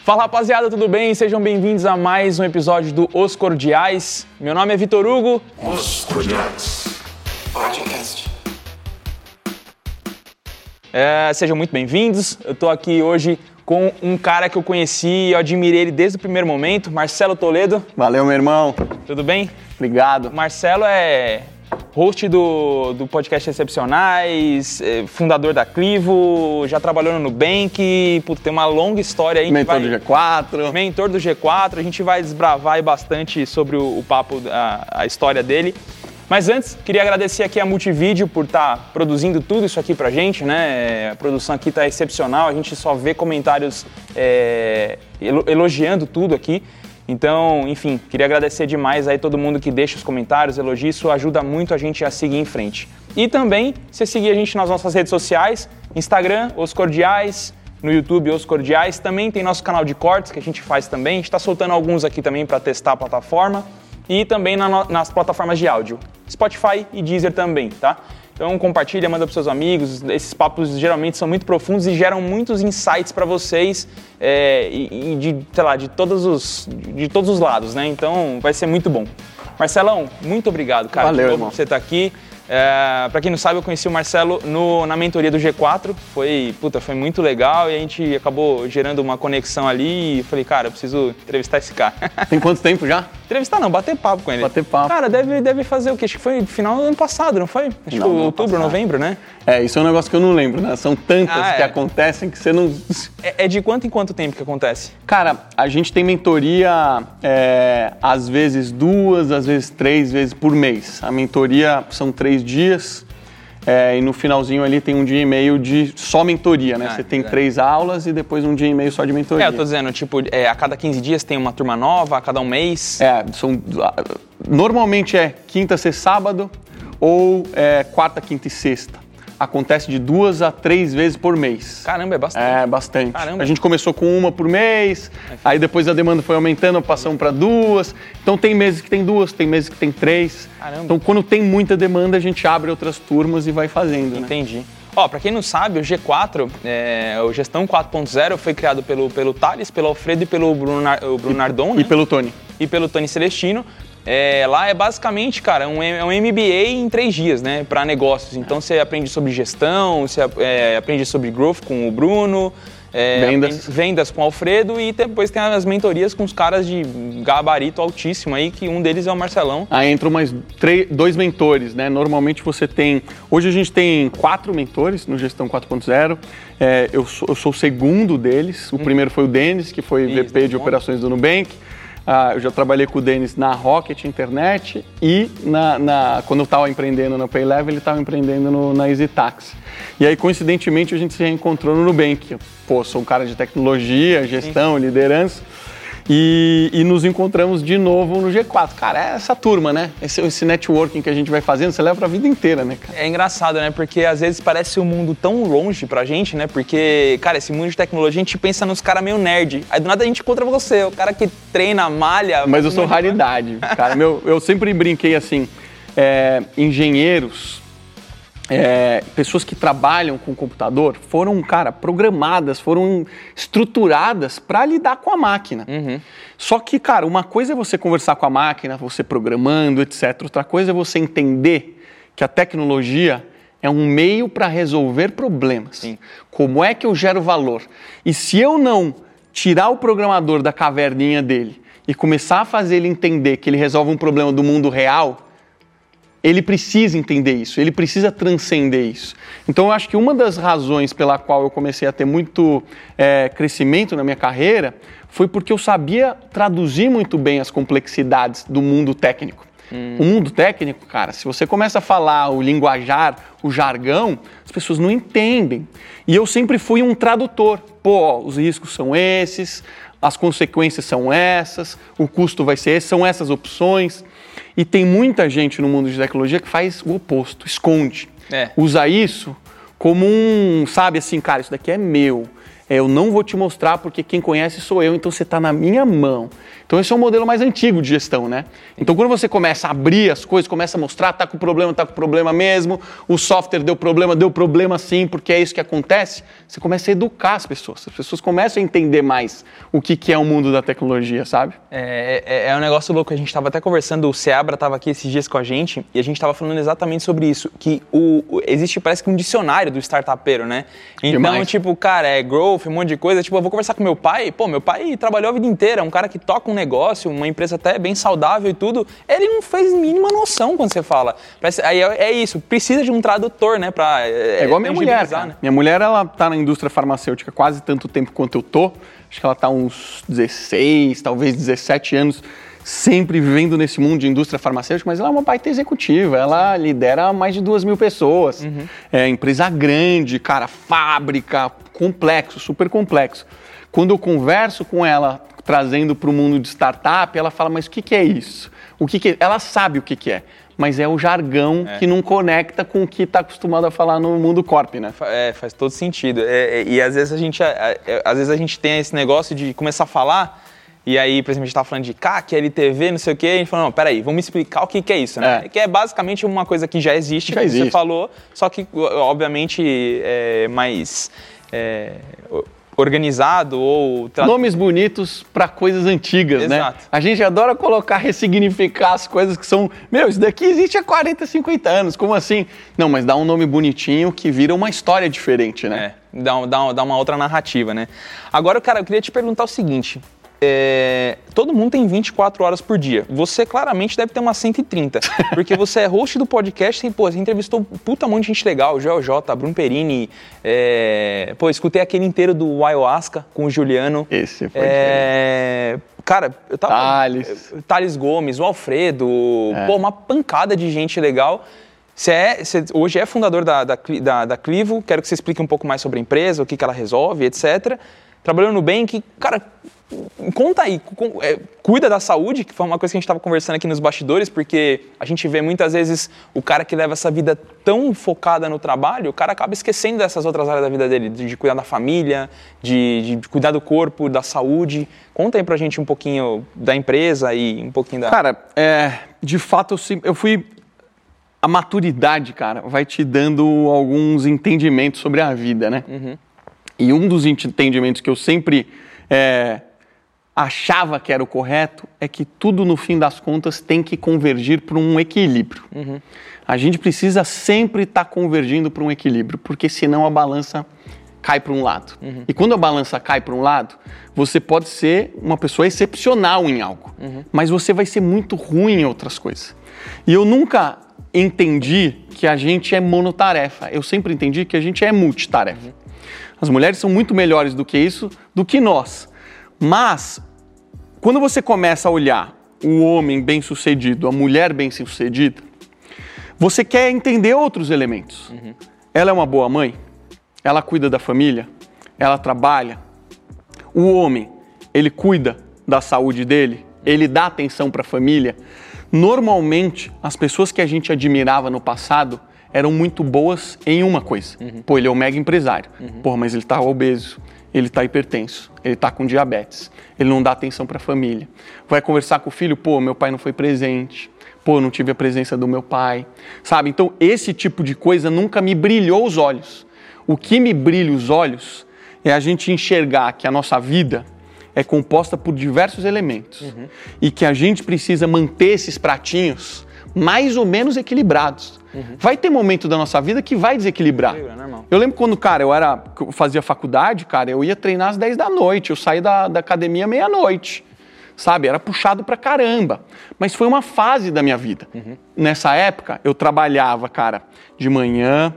Fala rapaziada, tudo bem? Sejam bem-vindos a mais um episódio do Os Cordiais. Meu nome é Vitor Hugo. Os Cordiais Podcast. Sejam muito bem-vindos. Eu tô aqui hoje com um cara que eu conheci e eu admirei ele desde o primeiro momento, Marcelo Toledo. Valeu, meu irmão. Tudo bem? Obrigado. Marcelo é host do podcast Excepcionais, fundador da Clivo, já trabalhou no Nubank, tem uma longa história aí. Mentor do G4. Mentor do G4, a gente vai desbravar aí bastante sobre o papo, a história dele. Mas antes, queria agradecer aqui a Multivídeo por estar produzindo tudo isso aqui pra gente, né? A produção aqui tá excepcional, a gente só vê comentários elogiando tudo aqui. Então, enfim, queria agradecer demais aí todo mundo que deixa os comentários, elogios, isso ajuda muito a gente a seguir em frente. E também, você seguir a gente nas nossas redes sociais, Instagram, Os Cordiais, no YouTube, Os Cordiais, também tem nosso canal de cortes que a gente faz também, a gente está soltando alguns aqui também para testar a plataforma e também nas plataformas de áudio, Spotify e Deezer também, tá? Então compartilha, manda para seus amigos, esses papos geralmente são muito profundos e geram muitos insights para vocês de todos os lados, né? Então vai ser muito bom. Marcelão, muito obrigado, cara. Valeu, irmão. Por você estar aqui. Para quem não sabe, eu conheci o Marcelo na mentoria do G4, foi muito legal e a gente acabou gerando uma conexão ali e falei, cara, eu preciso entrevistar esse cara. Tem quanto tempo já? Entrevistar não, bater papo com ele. Bater papo. Cara, deve fazer o quê? Acho que foi no final do ano passado, não foi? Acho que foi outubro, novembro, né? Isso é um negócio que eu não lembro, né? São tantas que acontecem que você não... É de quanto em quanto tempo que acontece? Cara, a gente tem mentoria às vezes 2, às vezes 3 vezes por mês. A mentoria são 3 dias e no finalzinho ali tem 1 dia e meio de só mentoria, né? Você tem 3 aulas e depois 1 dia e meio só de mentoria. Eu tô dizendo, a cada 15 dias tem uma turma nova, a cada um mês? Normalmente é quinta, sexta, sábado ou quarta, quinta e sexta. Acontece de 2 a 3 vezes por mês. Caramba, é bastante. É, bastante. Caramba. A gente começou com 1 por mês, aí depois a demanda foi aumentando, passamos para 2. Então tem meses que tem 2, tem meses que tem 3. Caramba. Então quando tem muita demanda, a gente abre outras turmas e vai fazendo, Entendi. Pra quem não sabe, o G4, o Gestão 4.0, foi criado pelo Thales, pelo Alfredo e pelo Bruno Nardon, né? E pelo Tony. E pelo Tony Celestino. Lá é basicamente, cara, um MBA em 3 dias, né, para negócios. Então você aprende sobre gestão, você aprende sobre growth com o Bruno, vendas com o Alfredo e depois tem as mentorias com os caras de gabarito altíssimo aí, que um deles é o Marcelão. Aí entram mais 2 mentores, né? Normalmente você tem... Hoje a gente tem 4 mentores no Gestão 4.0. Eu sou o segundo deles. O primeiro foi o Denis, que foi VP de operações do Nubank. Eu já trabalhei com o Denis na Rocket Internet e quando eu estava empreendendo na Paylevel, ele estava empreendendo na EasyTax. E aí, coincidentemente, a gente se reencontrou no Nubank. Sou um cara de tecnologia, gestão, liderança. E nos encontramos de novo no G4. Cara, é essa turma, né? Esse networking que a gente vai fazendo, você leva pra vida inteira, né, cara? É engraçado, né? Porque às vezes parece um mundo tão longe pra gente, né? Porque, cara, esse mundo de tecnologia, a gente pensa nos caras meio nerd. Aí do nada a gente encontra você, o cara que treina, malha... Mas eu sou raridade, cara. Eu sempre brinquei assim, engenheiros... pessoas que trabalham com computador foram, cara, programadas, foram estruturadas para lidar com a máquina. Só que, cara, uma coisa é você conversar com a máquina, você programando, etc. Outra coisa é você entender que a tecnologia é um meio para resolver problemas. Sim. Como é que eu gero valor? E se eu não tirar o programador da caverninha dele e começar a fazer ele entender que ele resolve um problema do mundo real, ele precisa entender isso, ele precisa transcender isso. Então, eu acho que uma das razões pela qual eu comecei a ter muito crescimento na minha carreira foi porque eu sabia traduzir muito bem as complexidades do mundo técnico. O mundo técnico, cara, se você começa a falar o linguajar, o jargão, as pessoas não entendem. E eu sempre fui um tradutor. Os riscos são esses, as consequências são essas, o custo vai ser esse, são essas opções. E tem muita gente no mundo de tecnologia que faz o oposto, esconde. Usa isso como sabe assim, cara, isso daqui é meu. Eu não vou te mostrar porque quem conhece sou eu, então você está na minha mão. Então esse é um modelo mais antigo de gestão, né? Então quando você começa a abrir as coisas, começa a mostrar, tá com problema mesmo, o software deu problema sim, porque é isso que acontece, você começa a educar as pessoas começam a entender mais o que é o mundo da tecnologia, sabe? É um negócio louco, a gente estava até conversando, o Seabra estava aqui esses dias com a gente, e a gente estava falando exatamente sobre isso, que existe parece que um dicionário do startupeiro, né? Então, Demais. tipo, cara, é growth, um monte de coisa, tipo, eu vou conversar com meu pai, meu pai trabalhou a vida inteira, é um cara que toca um negócio, uma empresa até bem saudável e tudo, ele não fez mínima noção quando você fala. Aí é isso, precisa de um tradutor, né? É igual a minha mulher, cara. Né? Minha mulher, ela tá na indústria farmacêutica quase tanto tempo quanto eu tô, acho que ela tá uns 16, talvez 17 anos, sempre vivendo nesse mundo de indústria farmacêutica, mas ela é uma baita executiva, ela lidera mais de 2.000 pessoas, é empresa grande, cara, fábrica, complexo, super complexo. Quando eu converso com ela, trazendo para o mundo de startup, ela fala, mas o que é isso? Ela sabe o que é, mas é o jargão que não conecta com o que está acostumado a falar no mundo corp, né? Faz todo sentido. E às vezes a gente tem esse negócio de começar a falar, e aí, por exemplo, a gente estava falando de CAC, LTV, não sei o quê, e a gente falou, não, peraí, vamos explicar o que é isso, né? Que é basicamente uma coisa que já existe, como você falou, só que, obviamente, é mais organizado ou... Nomes bonitos para coisas antigas, Exato. Né? A gente adora ressignificar as coisas que são... Isso daqui existe há 40, 50 anos, como assim? Não, mas dá um nome bonitinho que vira uma história diferente, né? Dá uma outra narrativa, né? Agora, cara, eu queria te perguntar o seguinte... todo mundo tem 24 horas por dia. Você claramente deve ter umas 130. Porque você é host do podcast e, você entrevistou um puta monte de gente legal. Joel J, Bruno Perini. Escutei aquele inteiro do Ayahuasca com o Juliano. Esse foi cara, eu tava... Thales Gomes, o Alfredo. Uma pancada de gente legal. Você hoje é fundador da Clivo. Quero que você explique um pouco mais sobre a empresa, o que ela resolve, etc. Trabalhando no Nubank, cara, conta aí, cuida da saúde, que foi uma coisa que a gente estava conversando aqui nos bastidores, porque a gente vê muitas vezes o cara que leva essa vida tão focada no trabalho, o cara acaba esquecendo dessas outras áreas da vida dele, de cuidar da família, de cuidar do corpo, da saúde. Conta aí pra gente um pouquinho da empresa e um pouquinho da... Cara, de fato eu fui... A maturidade, cara, vai te dando alguns entendimentos sobre a vida, né? E um dos entendimentos que eu sempre achava que era o correto é que tudo, no fim das contas, tem que convergir para um equilíbrio. A gente precisa sempre estar convergindo para um equilíbrio, porque senão a balança cai para um lado. E quando a balança cai para um lado, você pode ser uma pessoa excepcional em algo, mas você vai ser muito ruim em outras coisas. E eu nunca entendi que a gente é monotarefa. Eu sempre entendi que a gente é multitarefa. As mulheres são muito melhores do que isso, do que nós. Mas, quando você começa a olhar o homem bem-sucedido, a mulher bem-sucedida, você quer entender outros elementos. Ela é uma boa mãe? Ela cuida da família? Ela trabalha? O homem, ele cuida da saúde dele? Ele dá atenção para a família? Normalmente, as pessoas que a gente admirava no passado eram muito boas em uma coisa. Ele é um mega empresário. Mas ele tá obeso, ele tá hipertenso, ele tá com diabetes, ele não dá atenção para a família. Vai conversar com o filho, meu pai não foi presente, não tive a presença do meu pai, sabe? Então, esse tipo de coisa nunca me brilhou os olhos. O que me brilha os olhos é a gente enxergar que a nossa vida é composta por diversos elementos e que a gente precisa manter esses pratinhos mais ou menos equilibrados. Vai ter momento da nossa vida que vai desequilibrar. Eu lembro quando, cara, eu fazia faculdade, cara, eu ia treinar às 10 da noite, eu saí da academia meia-noite, sabe? Era puxado pra caramba. Mas foi uma fase da minha vida. Nessa época, eu trabalhava, cara, de manhã,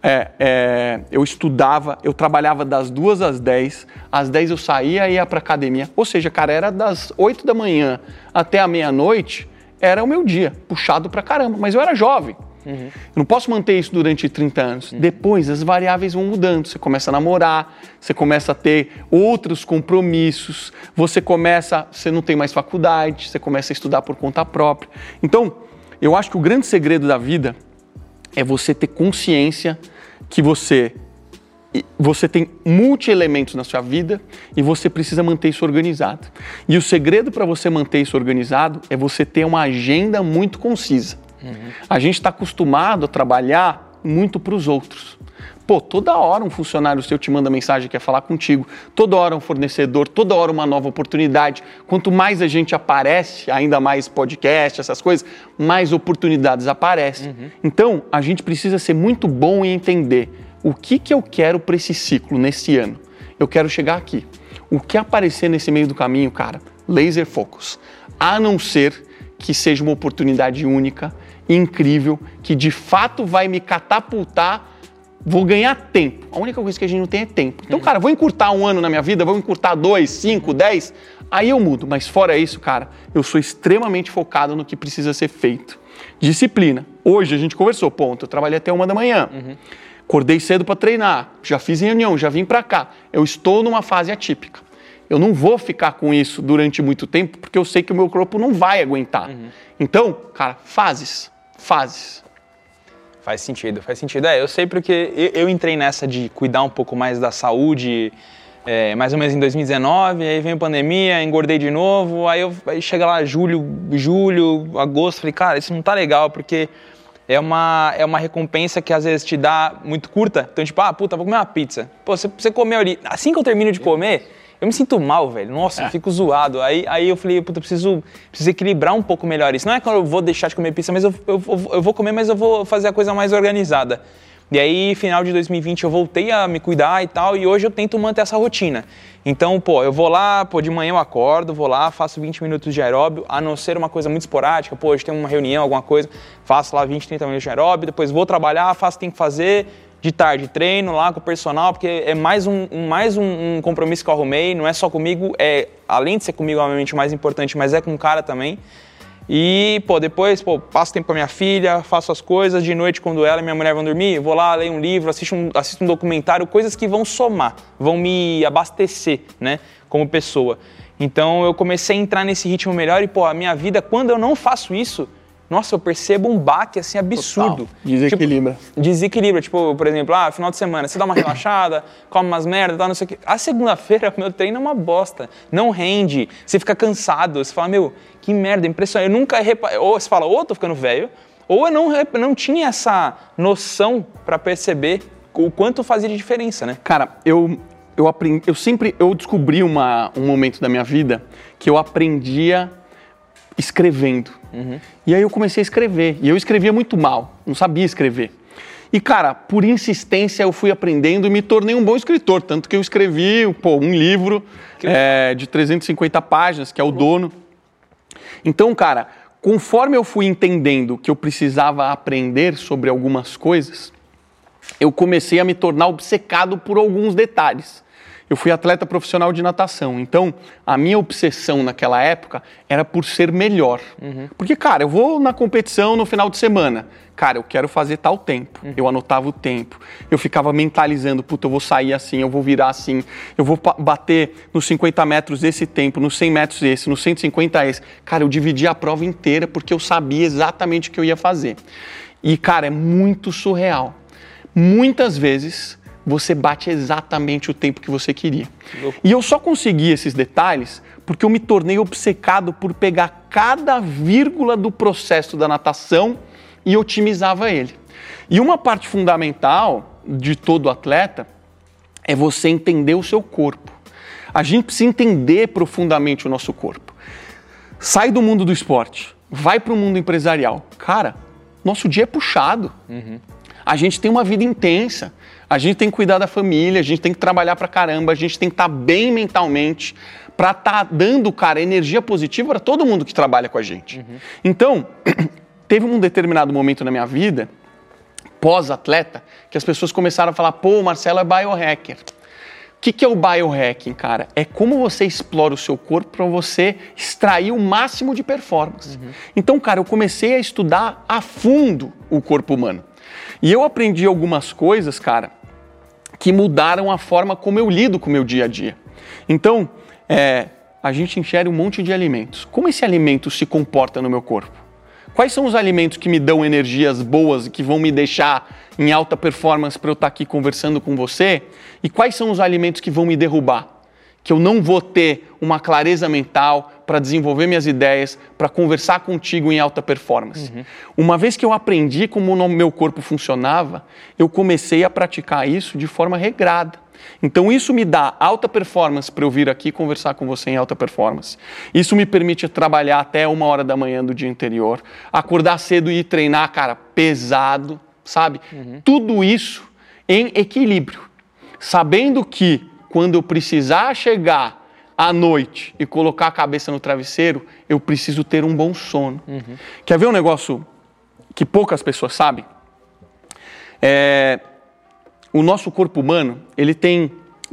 eu estudava, eu trabalhava das 2 às 10, às 10 eu saía e ia pra academia. Ou seja, cara, era das 8 da manhã até a meia-noite, era o meu dia, puxado pra caramba. Mas eu era jovem. Eu não posso manter isso durante 30 anos. Depois, as variáveis vão mudando. Você começa a namorar, você começa a ter outros compromissos, você não tem mais faculdade, você começa a estudar por conta própria. Então, eu acho que o grande segredo da vida é você ter consciência que você você tem multi-elementos na sua vida e você precisa manter isso organizado. E o segredo para você manter isso organizado é você ter uma agenda muito concisa. A gente está acostumado a trabalhar muito para os outros. Pô, toda hora um funcionário seu te manda mensagem, quer falar contigo, toda hora um fornecedor, toda hora uma nova oportunidade. Quanto mais a gente aparece, ainda mais podcast, essas coisas, mais oportunidades aparecem. Então, a gente precisa ser muito bom em entender o que eu quero para esse ciclo, nesse ano. Eu quero chegar aqui. O que aparecer nesse meio do caminho, cara, laser focus. A não ser que seja uma oportunidade única, incrível, que de fato vai me catapultar. Vou ganhar tempo. A única coisa que a gente não tem é tempo. Então, cara, vou encurtar 1 ano na minha vida, vou encurtar 2, 5, 10, aí eu mudo. Mas fora isso, cara, eu sou extremamente focado no que precisa ser feito. Disciplina. Hoje a gente conversou, ponto. Eu trabalhei até 1 da manhã. Acordei cedo para treinar. Já fiz reunião, já vim para cá. Eu estou numa fase atípica. Eu não vou ficar com isso durante muito tempo, porque eu sei que o meu corpo não vai aguentar. Então, cara, fases. Faz sentido. Eu sei porque eu entrei nessa de cuidar um pouco mais da saúde, mais ou menos em 2019, aí veio a pandemia, engordei de novo, aí chega lá julho, agosto, falei, cara, isso não tá legal, porque é uma recompensa que às vezes te dá muito curta, então tipo, vou comer uma pizza. Pô, você comeu ali, assim que eu termino de comer, eu me sinto mal, velho. Nossa, eu fico zoado. Aí eu falei, puta, eu preciso equilibrar um pouco melhor isso. Não é que eu vou deixar de comer pizza, mas eu vou comer, mas eu vou fazer a coisa mais organizada. E aí, final de 2020, eu voltei a me cuidar e tal, e hoje eu tento manter essa rotina. Então, eu vou lá, de manhã eu acordo, vou lá, faço 20 minutos de aeróbio, a não ser uma coisa muito esporádica, hoje tem uma reunião, alguma coisa, faço lá 20, 30 minutos de aeróbio, depois vou trabalhar, faço o que tem que fazer. De tarde, treino lá com o personal, porque é mais um compromisso que eu arrumei, não é só comigo, além de ser comigo, obviamente, o mais importante, mas é com o cara também. E, depois, passo tempo com a minha filha, faço as coisas, de noite, quando ela e minha mulher vão dormir, vou lá, leio um livro, assisto um documentário, coisas que vão somar, vão me abastecer, né, como pessoa. Então, eu comecei a entrar nesse ritmo melhor e, a minha vida, quando eu não faço isso, nossa, eu percebo um baque, assim, absurdo. Total. Desequilibra. Desequilibra. Por exemplo, final de semana, você dá uma relaxada, come umas merda, não sei o quê. A segunda-feira, meu treino é uma bosta. Não rende. Você fica cansado. Você fala, que merda, impressionante. Eu nunca reparei. Ou você fala, ou eu tô ficando velho, ou eu não tinha essa noção para perceber o quanto fazia de diferença, né? Cara, eu descobri um momento da minha vida que eu aprendia escrevendo. E aí eu comecei a escrever. E eu escrevia muito mal, não sabia escrever. E, cara, por insistência eu fui aprendendo e me tornei um bom escritor. Tanto que eu escrevi um livro de 350 páginas, que é O Dono. Então, cara, conforme eu fui entendendo que eu precisava aprender sobre algumas coisas, eu comecei a me tornar obcecado por alguns detalhes. Eu fui atleta profissional de natação, então a minha obsessão naquela época era por ser melhor. Porque, cara, eu vou na competição no final de semana, cara, eu quero fazer tal tempo, eu anotava o tempo, eu ficava mentalizando, eu vou sair assim, eu vou virar assim, eu vou bater nos 50 metros esse tempo, nos 100 metros esse, nos 150 esse. Cara, eu dividia a prova inteira porque eu sabia exatamente o que eu ia fazer. E, cara, é muito surreal. Muitas vezes você bate exatamente o tempo que você queria. E eu só consegui esses detalhes porque eu me tornei obcecado por pegar cada vírgula do processo da natação e otimizava ele. E uma parte fundamental de todo atleta é você entender o seu corpo. A gente precisa entender profundamente o nosso corpo. Sai do mundo do esporte, vai para o mundo empresarial. Cara, nosso dia é puxado. A gente tem uma vida intensa. A gente tem que cuidar da família, a gente tem que trabalhar pra caramba, a gente tem que estar bem mentalmente pra estar dando, cara, energia positiva para todo mundo que trabalha com a gente. Então, teve um determinado momento na minha vida, pós-atleta, que as pessoas começaram a falar, o Marcelo é biohacker. O que é o biohacking, cara? É como você explora o seu corpo para você extrair o máximo de performance. Então, cara, eu comecei a estudar a fundo o corpo humano. E eu aprendi algumas coisas, cara, que mudaram a forma como eu lido com o meu dia a dia. Então, a gente ingere um monte de alimentos. Como esse alimento se comporta no meu corpo? Quais são os alimentos que me dão energias boas e que vão me deixar em alta performance para eu estar aqui conversando com você? E quais são os alimentos que vão me derrubar? Que eu não vou ter uma clareza mental para desenvolver minhas ideias, para conversar contigo em alta performance. Uma vez que eu aprendi como o meu corpo funcionava, eu comecei a praticar isso de forma regrada. Então isso me dá alta performance para eu vir aqui conversar com você em alta performance. Isso me permite trabalhar até 1h da manhã do dia anterior, acordar cedo e ir treinar, cara, pesado, sabe? Tudo isso em equilíbrio, sabendo que quando eu precisar chegar à noite e colocar a cabeça no travesseiro, eu preciso ter um bom sono. Quer ver um negócio que poucas pessoas sabem? O nosso corpo humano, ele tem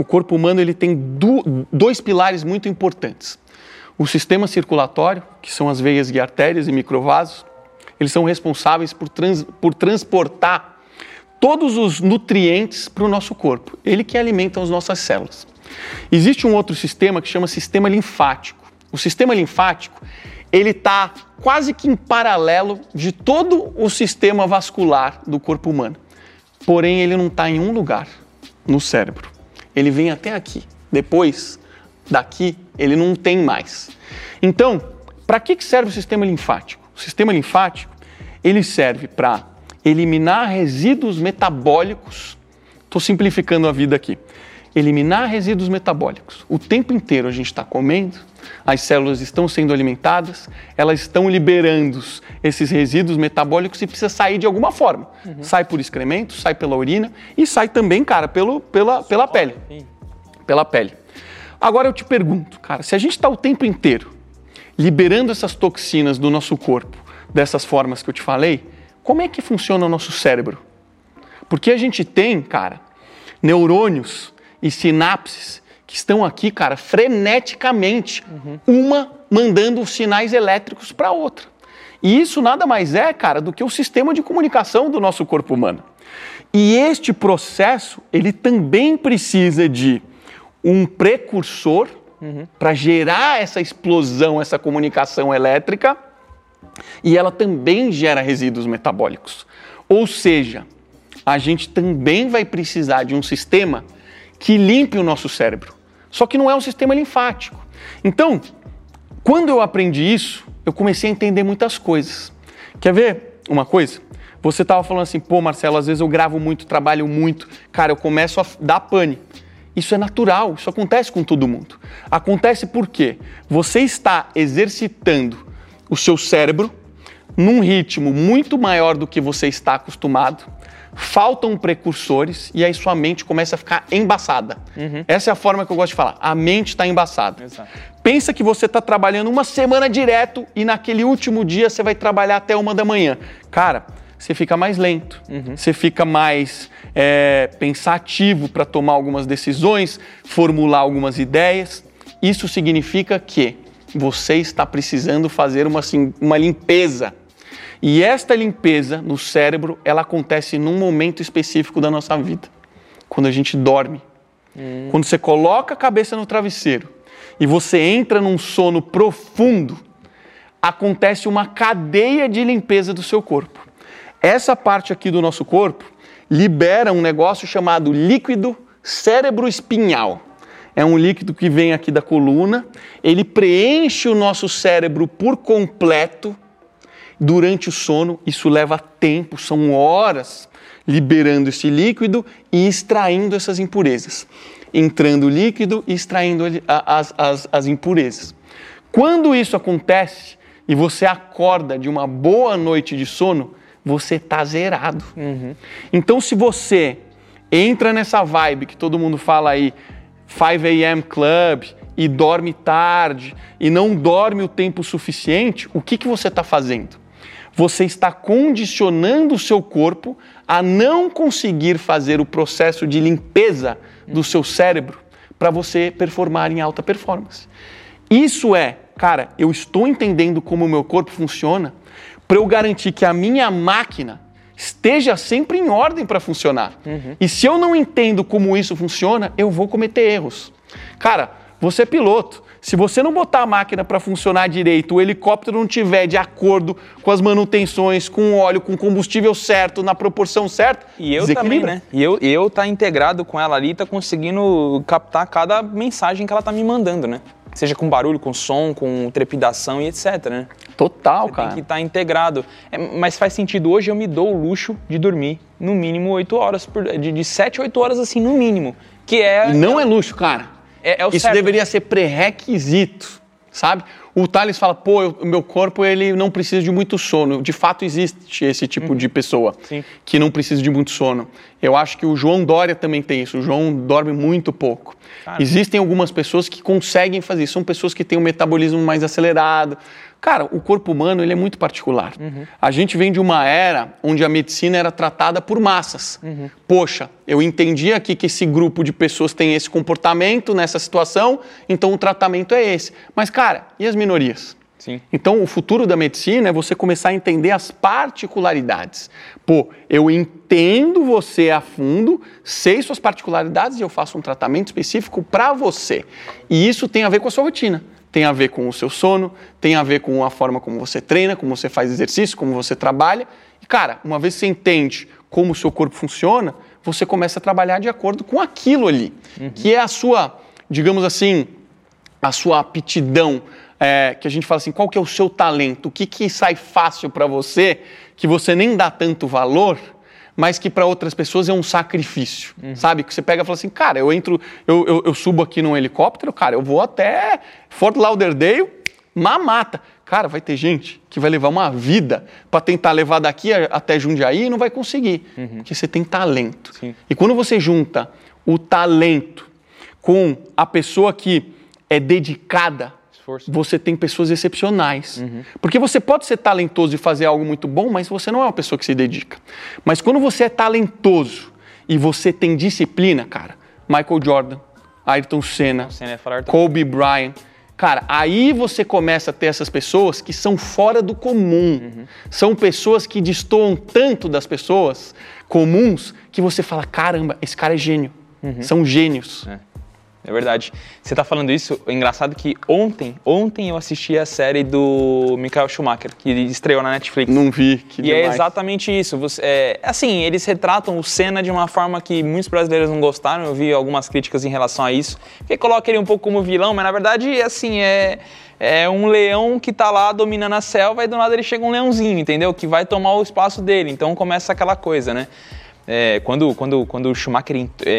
dois pilares muito importantes. O sistema circulatório, que são as veias e artérias e microvasos, eles são responsáveis por transportar todos os nutrientes para o nosso corpo. Ele que alimenta as nossas células. Existe um outro sistema que chama sistema linfático. O sistema linfático, ele está quase que em paralelo de todo o sistema vascular do corpo humano. Porém, ele não está em um lugar, no cérebro. Ele vem até aqui. Depois, daqui, ele não tem mais. Então, para que serve o sistema linfático? O sistema linfático, ele serve para eliminar resíduos metabólicos. Estou simplificando a vida aqui. Eliminar resíduos metabólicos. O tempo inteiro a gente está comendo, as células estão sendo alimentadas, elas estão liberando esses resíduos metabólicos e precisa sair de alguma forma. Sai por excremento, sai pela urina e sai também, cara, pela pele. Pela pele. Agora eu te pergunto, cara, se a gente está o tempo inteiro liberando essas toxinas do nosso corpo, dessas formas que eu te falei, como é que funciona o nosso cérebro? Porque a gente tem, cara, neurônios e sinapses que estão aqui, cara, freneticamente, uma mandando sinais elétricos para a outra. E isso nada mais é, cara, do que o sistema de comunicação do nosso corpo humano. E este processo, ele também precisa de um precursor para gerar essa explosão, essa comunicação elétrica, e ela também gera resíduos metabólicos. Ou seja, a gente também vai precisar de um sistema que limpe o nosso cérebro. Só que não é um sistema linfático. Então, quando eu aprendi isso, eu comecei a entender muitas coisas. Quer ver uma coisa? Você estava falando assim, pô, Marcelo, às vezes eu gravo muito, trabalho muito, cara, eu começo a dar pane. Isso é natural, isso acontece com todo mundo. Acontece porque você está exercitando o seu cérebro num ritmo muito maior do que você está acostumado, faltam precursores e aí sua mente começa a ficar embaçada. Essa é a forma que eu gosto de falar, a mente está embaçada. Exato. Pensa que você está trabalhando uma semana direto e naquele último dia você vai trabalhar até 1 da manhã. Cara, você fica mais lento, você fica mais pensativo para tomar algumas decisões, formular algumas ideias. Isso significa que você está precisando fazer uma limpeza. E esta limpeza no cérebro, ela acontece num momento específico da nossa vida. Quando a gente dorme. Quando você coloca a cabeça no travesseiro e você entra num sono profundo, acontece uma cadeia de limpeza do seu corpo. Essa parte aqui do nosso corpo libera um negócio chamado líquido cérebro-espinhal. É um líquido que vem aqui da coluna, ele preenche o nosso cérebro por completo durante o sono. Isso leva tempo, são horas liberando esse líquido e extraindo essas impurezas. Entrando o líquido e extraindo as impurezas. Quando isso acontece e você acorda de uma boa noite de sono, você está zerado. Então, se você entra nessa vibe que todo mundo fala aí, 5 a.m. Club, e dorme tarde, e não dorme o tempo suficiente, o que você está fazendo? Você está condicionando o seu corpo a não conseguir fazer o processo de limpeza do seu cérebro para você performar em alta performance. Isso é, cara, eu estou entendendo como o meu corpo funciona para eu garantir que a minha máquina esteja sempre em ordem para funcionar. E se eu não entendo como isso funciona, eu vou cometer erros. Cara, você é piloto. Se você não botar a máquina para funcionar direito, o helicóptero não tiver de acordo com as manutenções, com o óleo, com o combustível certo, na proporção certa, e eu também, né? E eu tá integrado com ela ali, tá conseguindo captar cada mensagem que ela tá me mandando, né? Seja com barulho, com som, com trepidação e etc, né? Total, Você cara. tem que estar integrado. Mas faz sentido, hoje eu me dou o luxo de dormir no mínimo 8 horas, de 7 a 8 horas assim, no mínimo. Que é... Não é luxo, cara. É o Isso certo. deveria ser pré-requisito, sabe? O Thales fala, o meu corpo ele não precisa de muito sono. De fato existe esse tipo de pessoa que não precisa de muito sono. Eu acho que o João Dória também tem isso. O João dorme muito pouco. Cara. Existem algumas pessoas que conseguem fazer isso. São pessoas que têm um metabolismo mais acelerado. Cara, o corpo humano ele é muito particular. A gente vem de uma era onde a medicina era tratada por massas. Poxa, eu entendi aqui que esse grupo de pessoas tem esse comportamento nessa situação, então o tratamento é esse. Mas, cara, e as minorias? Sim. Então, o futuro da medicina é você começar a entender as particularidades. Pô, eu entendo você a fundo, sei suas particularidades e eu faço um tratamento específico para você. E isso tem a ver com a sua rotina. Tem a ver com o seu sono, tem a ver com a forma como você treina, como você faz exercício, como você trabalha. E, cara, uma vez que você entende como o seu corpo funciona, você começa a trabalhar de acordo com aquilo ali, que é a sua, digamos assim, a sua aptidão, que a gente fala assim, qual que é o seu talento, o que sai fácil para você, que você nem dá tanto valor, mas que para outras pessoas é um sacrifício, sabe? Que você pega e fala assim, cara, eu subo aqui num helicóptero, cara, eu vou até Fort Lauderdale, mamata. Cara, vai ter gente que vai levar uma vida para tentar levar daqui até Jundiaí e não vai conseguir, porque você tem talento. Sim. E quando você junta o talento com a pessoa que é dedicada, você tem pessoas excepcionais. Porque você pode ser talentoso e fazer algo muito bom, mas você não é uma pessoa que se dedica. Mas quando você é talentoso e você tem disciplina, cara, Michael Jordan, Ayrton Senna, Kobe Bryant, cara, aí você começa a ter essas pessoas que são fora do comum. São pessoas que destoam tanto das pessoas comuns que você fala, caramba, esse cara é gênio. São gênios. É verdade. Você tá falando isso, é engraçado que ontem eu assisti a série do Michael Schumacher, que estreou na Netflix. Não vi, que E demais. é exatamente isso. Assim, eles retratam o Senna de uma forma que muitos brasileiros não gostaram, eu vi algumas críticas em relação a isso, porque coloca ele um pouco como vilão, mas na verdade, assim, é um leão que tá lá dominando a selva e do nada ele chega um leãozinho, entendeu? Que vai tomar o espaço dele, então começa aquela coisa, né? Quando o Schumacher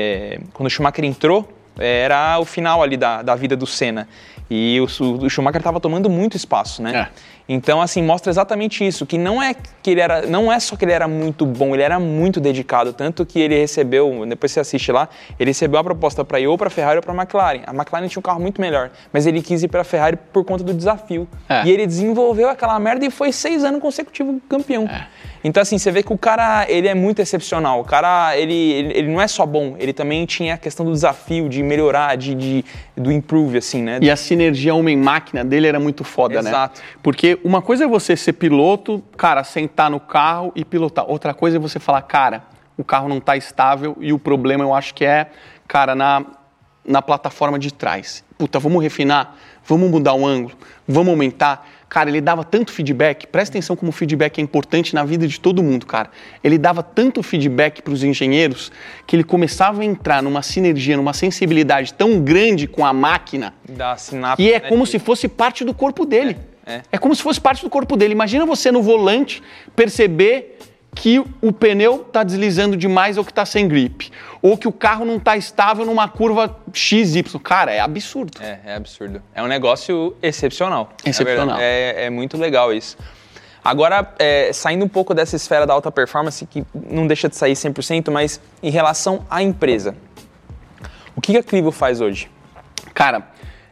entrou, era o final ali da vida do Senna. E o Schumacher estava tomando muito espaço, né? Então, assim, mostra exatamente isso, que não é só que ele era muito bom, ele era muito dedicado, tanto que ele recebeu, depois você assiste lá, ele recebeu a proposta para ir ou para a Ferrari ou para a McLaren. A McLaren tinha um carro muito melhor, mas ele quis ir para a Ferrari por conta do desafio. E ele desenvolveu aquela merda e foi 6 anos consecutivos campeão. Então, assim, você vê que o cara, ele é muito excepcional. O cara, ele não é só bom, ele também tinha a questão do desafio, de melhorar, do improve, assim, né? E a sinergia homem-máquina dele era muito foda, né? Exato. Porque uma coisa é você ser piloto, cara, sentar no carro e pilotar. Outra coisa é você falar, cara, o carro não tá estável e o problema eu acho que é, cara, na plataforma de trás. Puta, vamos refinar, vamos mudar o ângulo, vamos aumentar. Cara, ele dava tanto feedback, presta atenção como o feedback é importante na vida de todo mundo, cara. Ele dava tanto feedback para os engenheiros que ele começava a entrar numa sinergia, numa sensibilidade tão grande com a máquina, Da sinapse, que é como se fosse parte do corpo dele. É como se fosse parte do corpo dele. Imagina você no volante perceber que o pneu está deslizando demais ou que está sem grip. Ou que o carro não está estável numa curva XY. Cara, é absurdo. É absurdo. É um negócio excepcional. Excepcional. É muito legal isso. Agora, saindo um pouco dessa esfera da alta performance, que não deixa de sair 100%, mas em relação à empresa. O que a Clivo faz hoje? Cara,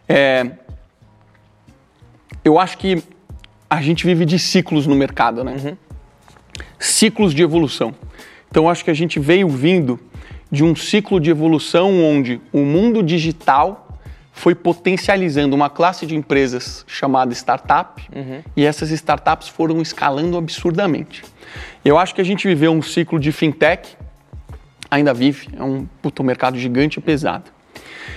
eu acho que a gente vive de ciclos no mercado, né? Ciclos de evolução. Então, eu acho que a gente veio vindo de um ciclo de evolução onde o mundo digital foi potencializando uma classe de empresas chamada startup e essas startups foram escalando absurdamente. Eu acho que a gente viveu um ciclo de fintech, ainda vive, é um mercado gigante e pesado.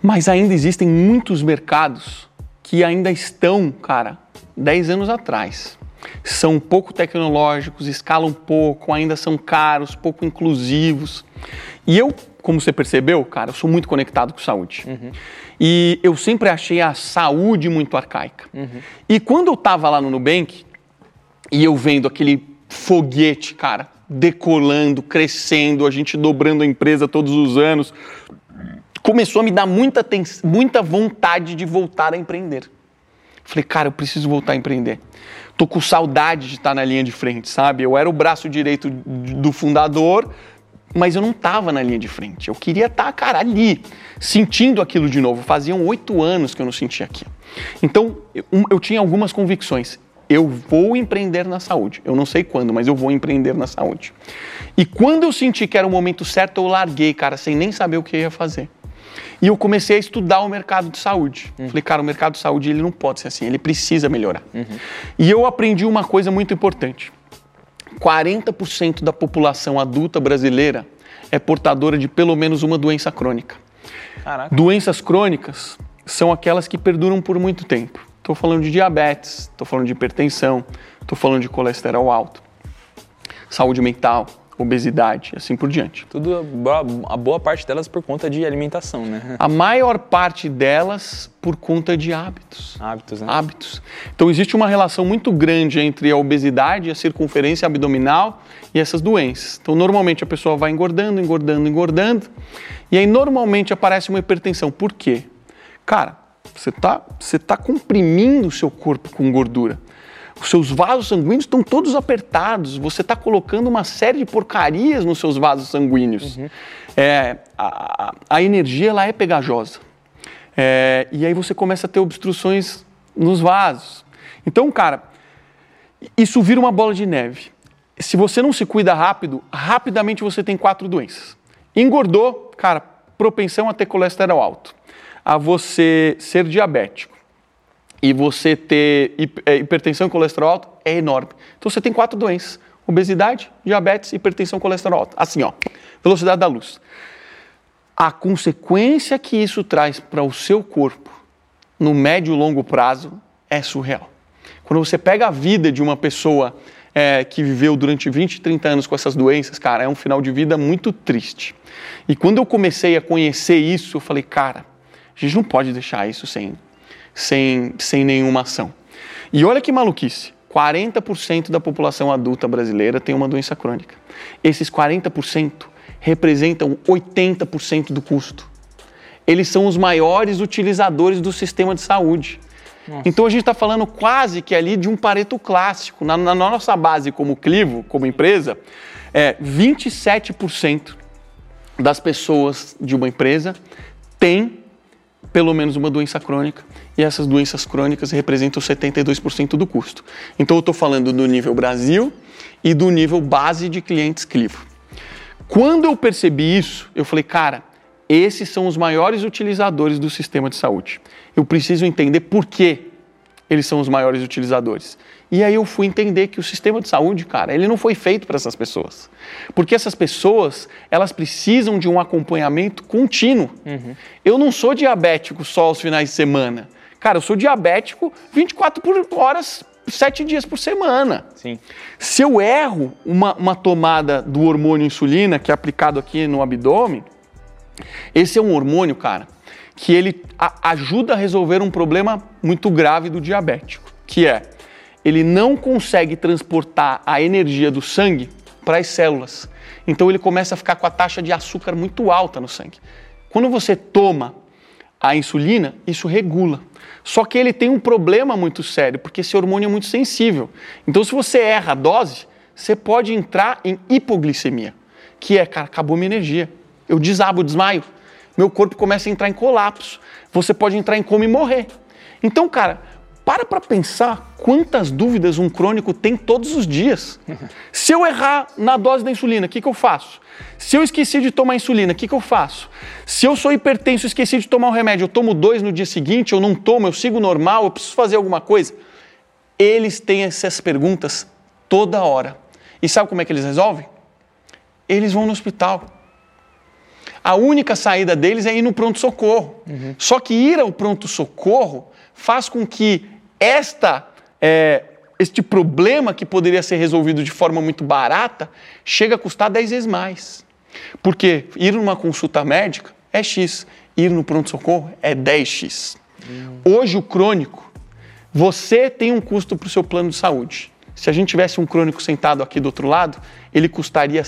Mas ainda existem muitos mercados que ainda estão, cara, 10 anos atrás. São pouco tecnológicos, escalam pouco, ainda são caros, pouco inclusivos. E eu, como você percebeu, cara, eu sou muito conectado com saúde. E eu sempre achei a saúde muito arcaica. E quando eu tava lá no Nubank, e eu vendo aquele foguete, cara, decolando, crescendo, a gente dobrando a empresa todos os anos, começou a me dar muita vontade de voltar a empreender. Falei, cara, eu preciso voltar a empreender. Tô com saudade de estar na linha de frente, sabe? Eu era o braço direito do fundador, mas eu não estava na linha de frente. Eu queria estar, cara, ali, sentindo aquilo de novo. Faziam 8 anos que eu não sentia aquilo. Então, eu tinha algumas convicções. Eu vou empreender na saúde. Eu não sei quando, mas eu vou empreender na saúde. E quando eu senti que era o momento certo, eu larguei, cara, sem nem saber o que eu ia fazer. E eu comecei a estudar o mercado de saúde. Falei, cara, o mercado de saúde ele não pode ser assim, ele precisa melhorar. E eu aprendi uma coisa muito importante. 40% da população adulta brasileira é portadora de pelo menos uma doença crônica. Caraca. Doenças crônicas são aquelas que perduram por muito tempo. Estou falando de diabetes, estou falando de hipertensão, estou falando de colesterol alto, saúde mental, obesidade, assim por diante. Tudo, a boa parte delas por conta de alimentação, né? A maior parte delas por conta de hábitos. Hábitos, né? Hábitos. Então existe uma relação muito grande entre a obesidade, a circunferência abdominal e essas doenças. Então normalmente a pessoa vai engordando, e aí normalmente aparece uma hipertensão. Por quê? Cara, você tá comprimindo o seu corpo com gordura. Os seus vasos sanguíneos estão todos apertados. Você está colocando uma série de porcarias nos seus vasos sanguíneos. A energia ela é pegajosa. E aí você começa a ter obstruções nos vasos. Então, cara, isso vira uma bola de neve. Se você não se cuida rápido, rapidamente você tem 4 doenças. Engordou, cara, propensão a ter colesterol alto. A você ser diabético. E você ter hipertensão e colesterol alto é enorme. Então você tem 4 doenças. Obesidade, diabetes, hipertensão e colesterol alto. Assim, ó, velocidade da luz. A consequência que isso traz para o seu corpo, no médio e longo prazo, é surreal. Quando você pega a vida de uma pessoa que viveu durante 20, 30 anos com essas doenças, cara, é um final de vida muito triste. E quando eu comecei a conhecer isso, eu falei, cara, a gente não pode deixar isso sem nenhuma ação. E olha que maluquice, 40% da população adulta brasileira tem uma doença crônica. Esses 40% representam 80% do custo. Eles são os maiores utilizadores do sistema de saúde. Nossa. Então a gente está falando quase que ali de um Pareto clássico. Na nossa base como Clivo, como empresa, 27% das pessoas de uma empresa têm pelo menos uma doença crônica, e essas doenças crônicas representam 72% do custo. Então eu estou falando do nível Brasil e do nível base de clientes Clivo. Quando eu percebi isso, eu falei, cara, esses são os maiores utilizadores do sistema de saúde. Eu preciso entender por que eles são os maiores utilizadores. E aí eu fui entender que o sistema de saúde, cara, ele não foi feito para essas pessoas. Porque essas pessoas, elas precisam de um acompanhamento contínuo. Eu não sou diabético só aos finais de semana. Cara, eu sou diabético 24 horas, 7 dias por semana. Sim. Se eu erro uma tomada do hormônio insulina, que é aplicado aqui no abdômen, esse é um hormônio, cara, que ele ajuda a resolver um problema muito grave do diabético, que é, ele não consegue transportar a energia do sangue para as células. Então ele começa a ficar com a taxa de açúcar muito alta no sangue. Quando você toma a insulina, isso regula. Só que ele tem um problema muito sério, porque esse hormônio é muito sensível. Então se você erra a dose, você pode entrar em hipoglicemia, que é, cara, acabou minha energia. Eu desabo, desmaio. Meu corpo começa a entrar em colapso. Você pode entrar em coma e morrer. Então, cara, para pensar quantas dúvidas um crônico tem todos os dias. Se eu errar na dose da insulina, o que eu faço? Se eu esqueci de tomar insulina, o que eu faço? Se eu sou hipertenso e esqueci de tomar o remédio, eu tomo 2 no dia seguinte, eu não tomo, eu sigo normal, eu preciso fazer alguma coisa? Eles têm essas perguntas toda hora. E sabe como é que eles resolvem? Eles vão no hospital. A única saída deles é ir no pronto-socorro. Só que ir ao pronto-socorro faz com que este problema que poderia ser resolvido de forma muito barata chega a custar 10 vezes mais. Porque ir numa consulta médica é X, ir no pronto-socorro é 10X. Hoje o crônico, você tem um custo para o seu plano de saúde. Se a gente tivesse um crônico sentado aqui do outro lado, ele custaria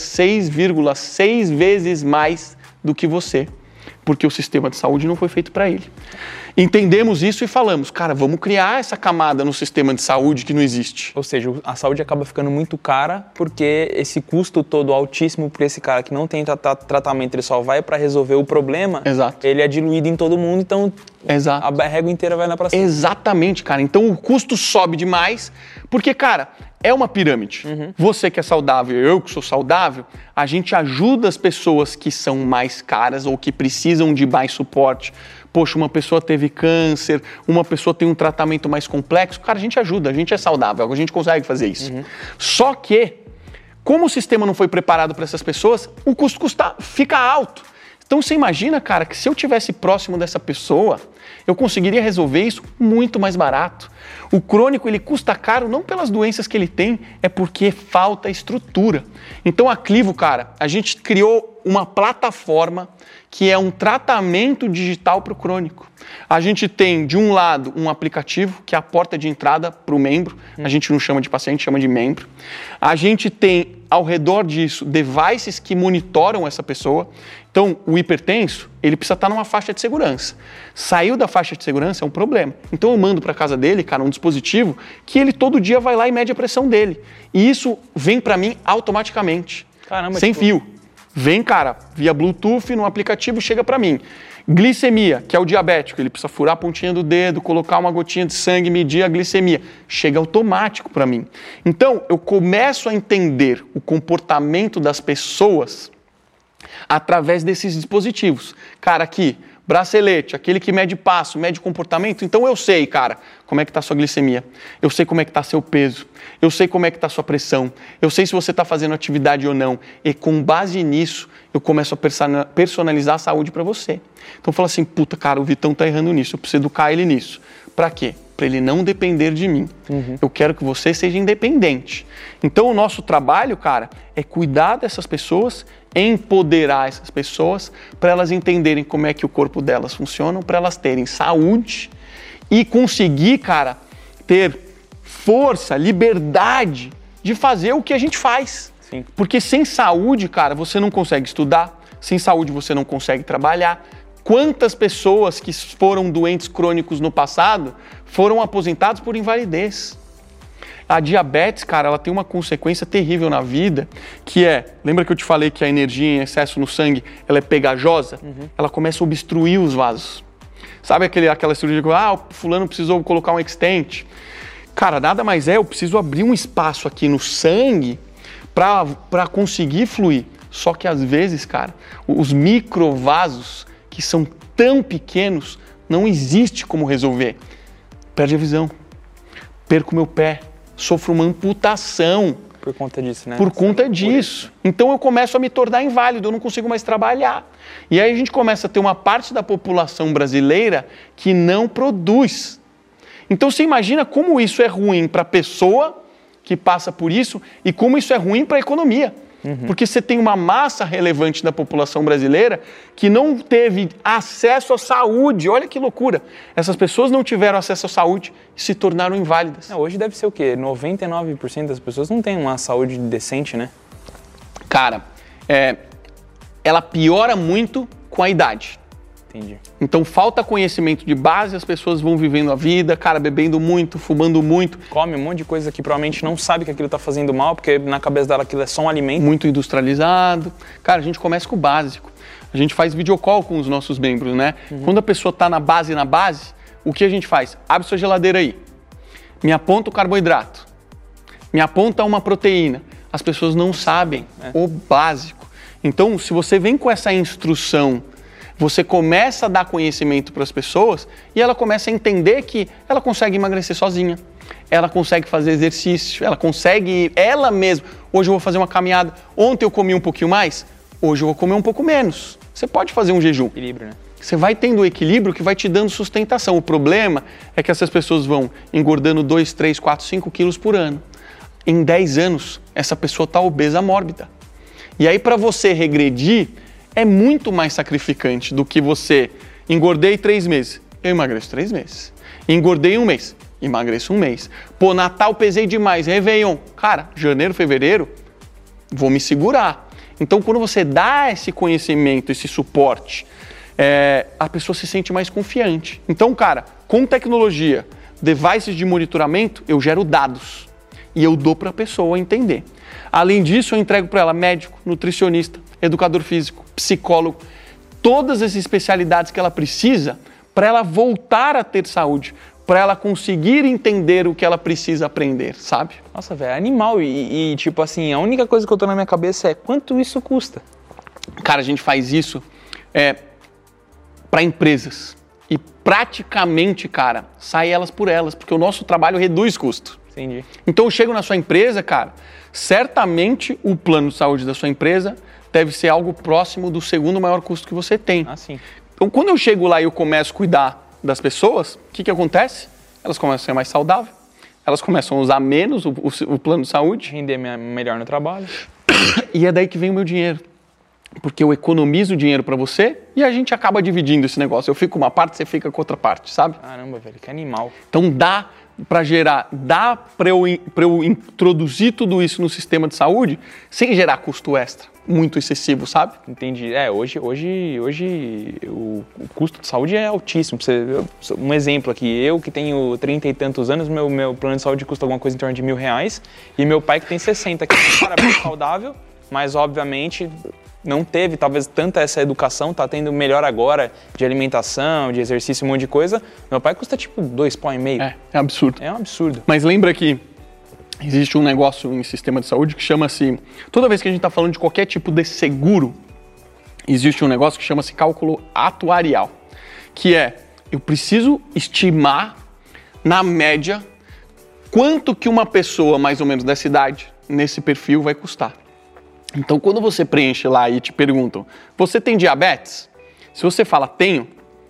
6,6 vezes mais do que você, porque o sistema de saúde não foi feito para ele. Entendemos isso e falamos, cara, vamos criar essa camada no sistema de saúde que não existe. Ou seja, a saúde acaba ficando muito cara porque esse custo todo altíssimo para esse cara que não tem tratamento, ele só vai para resolver o problema, Exato. Ele é diluído em todo mundo, então Exato. A régua inteira vai lá para cima. Exatamente, cara. Então o custo sobe demais porque, cara, é uma pirâmide. Você que é saudável, eu que sou saudável, a gente ajuda as pessoas que são mais caras ou que precisam de mais suporte. Poxa, uma pessoa teve câncer, uma pessoa tem um tratamento mais complexo. Cara, a gente ajuda, a gente é saudável, a gente consegue fazer isso. Só que, como o sistema não foi preparado para essas pessoas, o custo fica alto. Então você imagina, cara, que se eu estivesse próximo dessa pessoa, eu conseguiria resolver isso muito mais barato. O crônico, ele custa caro não pelas doenças que ele tem, é porque falta estrutura. Então a Clivo, cara, a gente criou uma plataforma que é um tratamento digital para o crônico. A gente tem, de um lado, um aplicativo, que é a porta de entrada para o membro. A gente não chama de paciente, chama de membro. A gente tem, ao redor disso, devices que monitoram essa pessoa. Então, o hipertenso, ele precisa estar numa faixa de segurança. Saiu da faixa de segurança é um problema. Então, eu mando para casa dele, cara, um dispositivo que ele todo dia vai lá e mede a pressão dele. E isso vem para mim automaticamente. Caramba, sem fio. Vem, cara, via Bluetooth no aplicativo, chega para mim. Glicemia, que é o diabético, ele precisa furar a pontinha do dedo, colocar uma gotinha de sangue, medir a glicemia. Chega automático para mim. Então, eu começo a entender o comportamento das pessoas através desses dispositivos. Cara, aqui, bracelete, aquele que mede passo, mede comportamento. Então eu sei, cara, como é que está a sua glicemia. Eu sei como é que está seu peso. Eu sei como é que está a sua pressão. Eu sei se você está fazendo atividade ou não. E com base nisso, eu começo a personalizar a saúde para você. Então eu falo assim, puta, cara, o Vitão tá errando nisso. Eu preciso educar ele nisso. Para quê? Para ele não depender de mim. Eu quero que você seja independente. Então o nosso trabalho, cara, é cuidar dessas pessoas, empoderar essas pessoas para elas entenderem como é que o corpo delas funciona, para elas terem saúde e conseguir, cara, ter força, liberdade de fazer o que a gente faz. Sim. Porque sem saúde, cara, você não consegue estudar, sem saúde você não consegue trabalhar. Quantas pessoas que foram doentes crônicos no passado foram aposentados por invalidez? A diabetes, cara, ela tem uma consequência terrível na vida, que é, lembra que eu te falei que a energia em excesso no sangue, ela é pegajosa? Ela começa a obstruir os vasos. Sabe aquela cirurgia que, o fulano precisou colocar um extente? Cara, nada mais eu preciso abrir um espaço aqui no sangue para conseguir fluir. Só que às vezes, cara, os microvasos, que são tão pequenos, não existe como resolver. Perde a visão, perco meu pé, sofro uma amputação. Por conta disso, né? Por conta disso. Então eu começo a me tornar inválido, eu não consigo mais trabalhar. E aí a gente começa a ter uma parte da população brasileira que não produz. Então você imagina como isso é ruim para a pessoa que passa por isso e como isso é ruim para a economia. Porque você tem uma massa relevante da população brasileira que não teve acesso à saúde. Olha que loucura. Essas pessoas não tiveram acesso à saúde e se tornaram inválidas. Hoje deve ser o quê? 99% das pessoas não têm uma saúde decente, né? Cara, ela piora muito com a idade. Entendi. Então falta conhecimento de base, as pessoas vão vivendo a vida, cara, bebendo muito, fumando muito. Come um monte de coisa que provavelmente não sabe que aquilo tá fazendo mal, porque na cabeça dela aquilo é só um alimento. Muito industrializado. Cara, a gente começa com o básico. A gente faz videocall com os nossos membros, né? Quando a pessoa tá na base, o que a gente faz? Abre sua geladeira aí. Me aponta o carboidrato. Me aponta uma proteína. As pessoas não sabem o básico. Então, se você vem com essa instrução, você começa a dar conhecimento para as pessoas e ela começa a entender que ela consegue emagrecer sozinha, ela consegue fazer exercício, ela consegue, ela mesma. Hoje eu vou fazer uma caminhada, ontem eu comi um pouquinho mais, hoje eu vou comer um pouco menos. você pode fazer um jejum. Equilíbrio, né? Você vai tendo o equilíbrio que vai te dando sustentação. O problema é que essas pessoas vão engordando 2, 3, 4, 5 quilos por ano. Em 10 anos, essa pessoa está obesa mórbida. E aí, para você regredir, é muito mais sacrificante do que você engordei 3 meses. Eu emagreço 3 meses. Engordei 1 mês. Emagreço 1 mês. Pô, Natal pesei demais. Réveillon. Cara, janeiro, fevereiro, vou me segurar. Então, quando você dá esse conhecimento, esse suporte, a pessoa se sente mais confiante. Então, cara, com tecnologia, devices de monitoramento, eu gero dados e eu dou para a pessoa entender. Além disso, eu entrego para ela médico, nutricionista, educador físico, psicólogo, todas as especialidades que ela precisa para ela voltar a ter saúde, para ela conseguir entender o que ela precisa aprender, sabe? Nossa, velho, é animal. E tipo assim, a única coisa que eu tô na minha cabeça é quanto isso custa? Cara, a gente faz isso para empresas. E praticamente, cara, sai elas por elas, porque o nosso trabalho reduz custo. Entendi. Então eu chego na sua empresa, cara, certamente o plano de saúde da sua empresa deve ser algo próximo do segundo maior custo que você tem. Ah, sim. Então quando eu chego lá e eu começo a cuidar das pessoas, o que acontece? Elas começam a ser mais saudáveis, elas começam a usar menos o plano de saúde. Render melhor no trabalho. E é daí que vem o meu dinheiro. Porque eu economizo dinheiro para você e a gente acaba dividindo esse negócio. Eu fico com uma parte, você fica com outra parte, sabe? Caramba, velho, que animal. Então dá para eu introduzir tudo isso no sistema de saúde sem gerar custo extra, muito excessivo, sabe? Entendi. Hoje o custo de saúde é altíssimo. Um exemplo aqui, eu que tenho 30 e tantos anos, meu plano de saúde custa alguma coisa em torno de R$1.000 e meu pai que tem 60, que é um cara bem saudável, mas obviamente não teve talvez tanta essa educação, tá tendo melhor agora de alimentação, de exercício, um monte de coisa. Meu pai custa tipo R$2,5. É absurdo. É um absurdo. Mas lembra que existe um negócio em sistema de saúde que chama-se... Toda vez que a gente está falando de qualquer tipo de seguro, existe um negócio que chama-se cálculo atuarial, que é, eu preciso estimar, na média, quanto que uma pessoa mais ou menos dessa idade, nesse perfil, vai custar. Então, quando você preenche lá e te perguntam, você tem diabetes? Se você fala, tenho,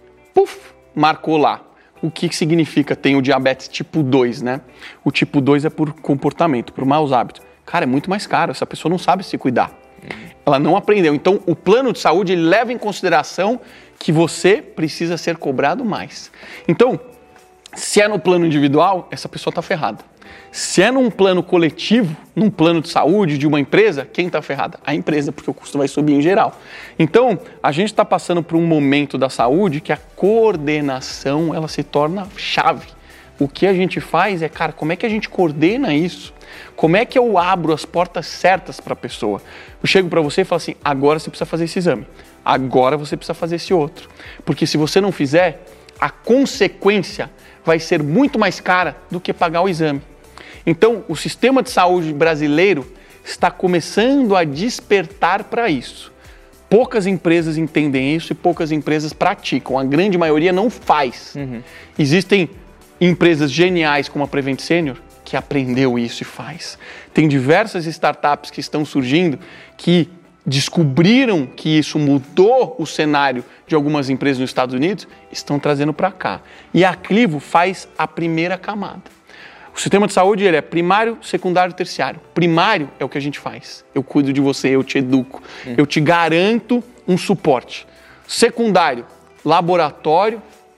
marcou lá. O que significa tenho diabetes tipo 2, né? O tipo 2 é por comportamento, por maus hábitos. Cara, é muito mais caro, essa pessoa não sabe se cuidar. Ela não aprendeu. Então, o plano de saúde ele leva em consideração que você precisa ser cobrado mais. Então, se é no plano individual, essa pessoa está ferrada. Se é num plano coletivo, num plano de saúde de uma empresa, quem está ferrada? A empresa, porque o custo vai subir em geral. Então, a gente está passando por um momento da saúde que a coordenação ela se torna chave. O que a gente faz é, cara, como é que a gente coordena isso? Como é que eu abro as portas certas para a pessoa? Eu chego para você e falo assim, agora você precisa fazer esse exame, agora você precisa fazer esse outro. Porque se você não fizer, a consequência vai ser muito mais cara do que pagar o exame. Então, o sistema de saúde brasileiro está começando a despertar para isso. Poucas empresas entendem isso e poucas empresas praticam. A grande maioria não faz. Existem empresas geniais como a Prevent Senior que aprendeu isso e faz. Tem diversas startups que estão surgindo que descobriram que isso mudou o cenário de algumas empresas nos Estados Unidos, estão trazendo para cá. E a Clivo faz a primeira camada. O sistema de saúde ele é primário, secundário e terciário. Primário é o que a gente faz. Eu cuido de você, eu te educo, eu te garanto um suporte. Secundário, laboratório,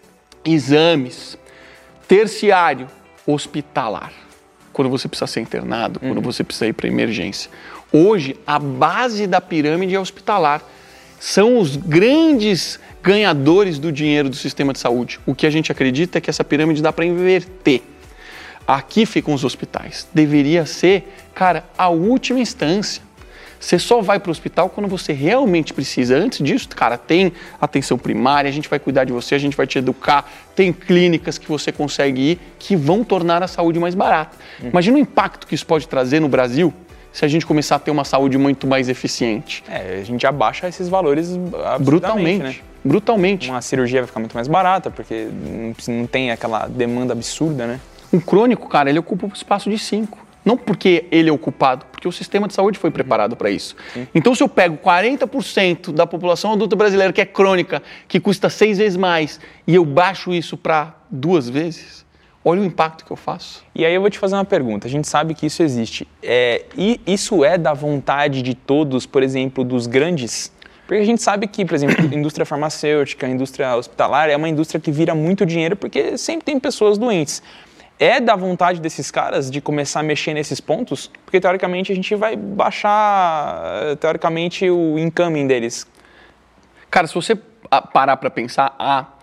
exames. Terciário, hospitalar. Quando você precisa ser internado, quando você precisa ir para emergência. Hoje, a base da pirâmide é hospitalar. São os grandes ganhadores do dinheiro do sistema de saúde. O que a gente acredita é que essa pirâmide dá para inverter. Aqui ficam os hospitais. Deveria ser, cara, a última instância. Você só vai para o hospital quando você realmente precisa. Antes disso, cara, tem atenção primária, a gente vai cuidar de você, a gente vai te educar, tem clínicas que você consegue ir que vão tornar a saúde mais barata. Imagina o impacto que isso pode trazer no Brasil se a gente começar a ter uma saúde muito mais eficiente. A gente abaixa esses valores brutalmente, né? Brutalmente. Uma cirurgia vai ficar muito mais barata, porque não tem aquela demanda absurda, né? Um crônico, cara, ele ocupa um espaço de 5. Não porque ele é o culpado, porque o sistema de saúde foi preparado para isso. Sim. Então, se eu pego 40% da população adulta brasileira que é crônica, que custa 6 vezes mais, e eu baixo isso para 2 vezes, olha o impacto que eu faço. E aí eu vou te fazer uma pergunta. A gente sabe que isso existe. E isso é da vontade de todos, por exemplo, dos grandes? Porque a gente sabe que, por exemplo, a indústria farmacêutica, a indústria hospitalar é uma indústria que vira muito dinheiro porque sempre tem pessoas doentes. É da vontade desses caras de começar a mexer nesses pontos? Porque, teoricamente, a gente vai baixar, teoricamente, o incoming deles. Cara, se você parar para pensar,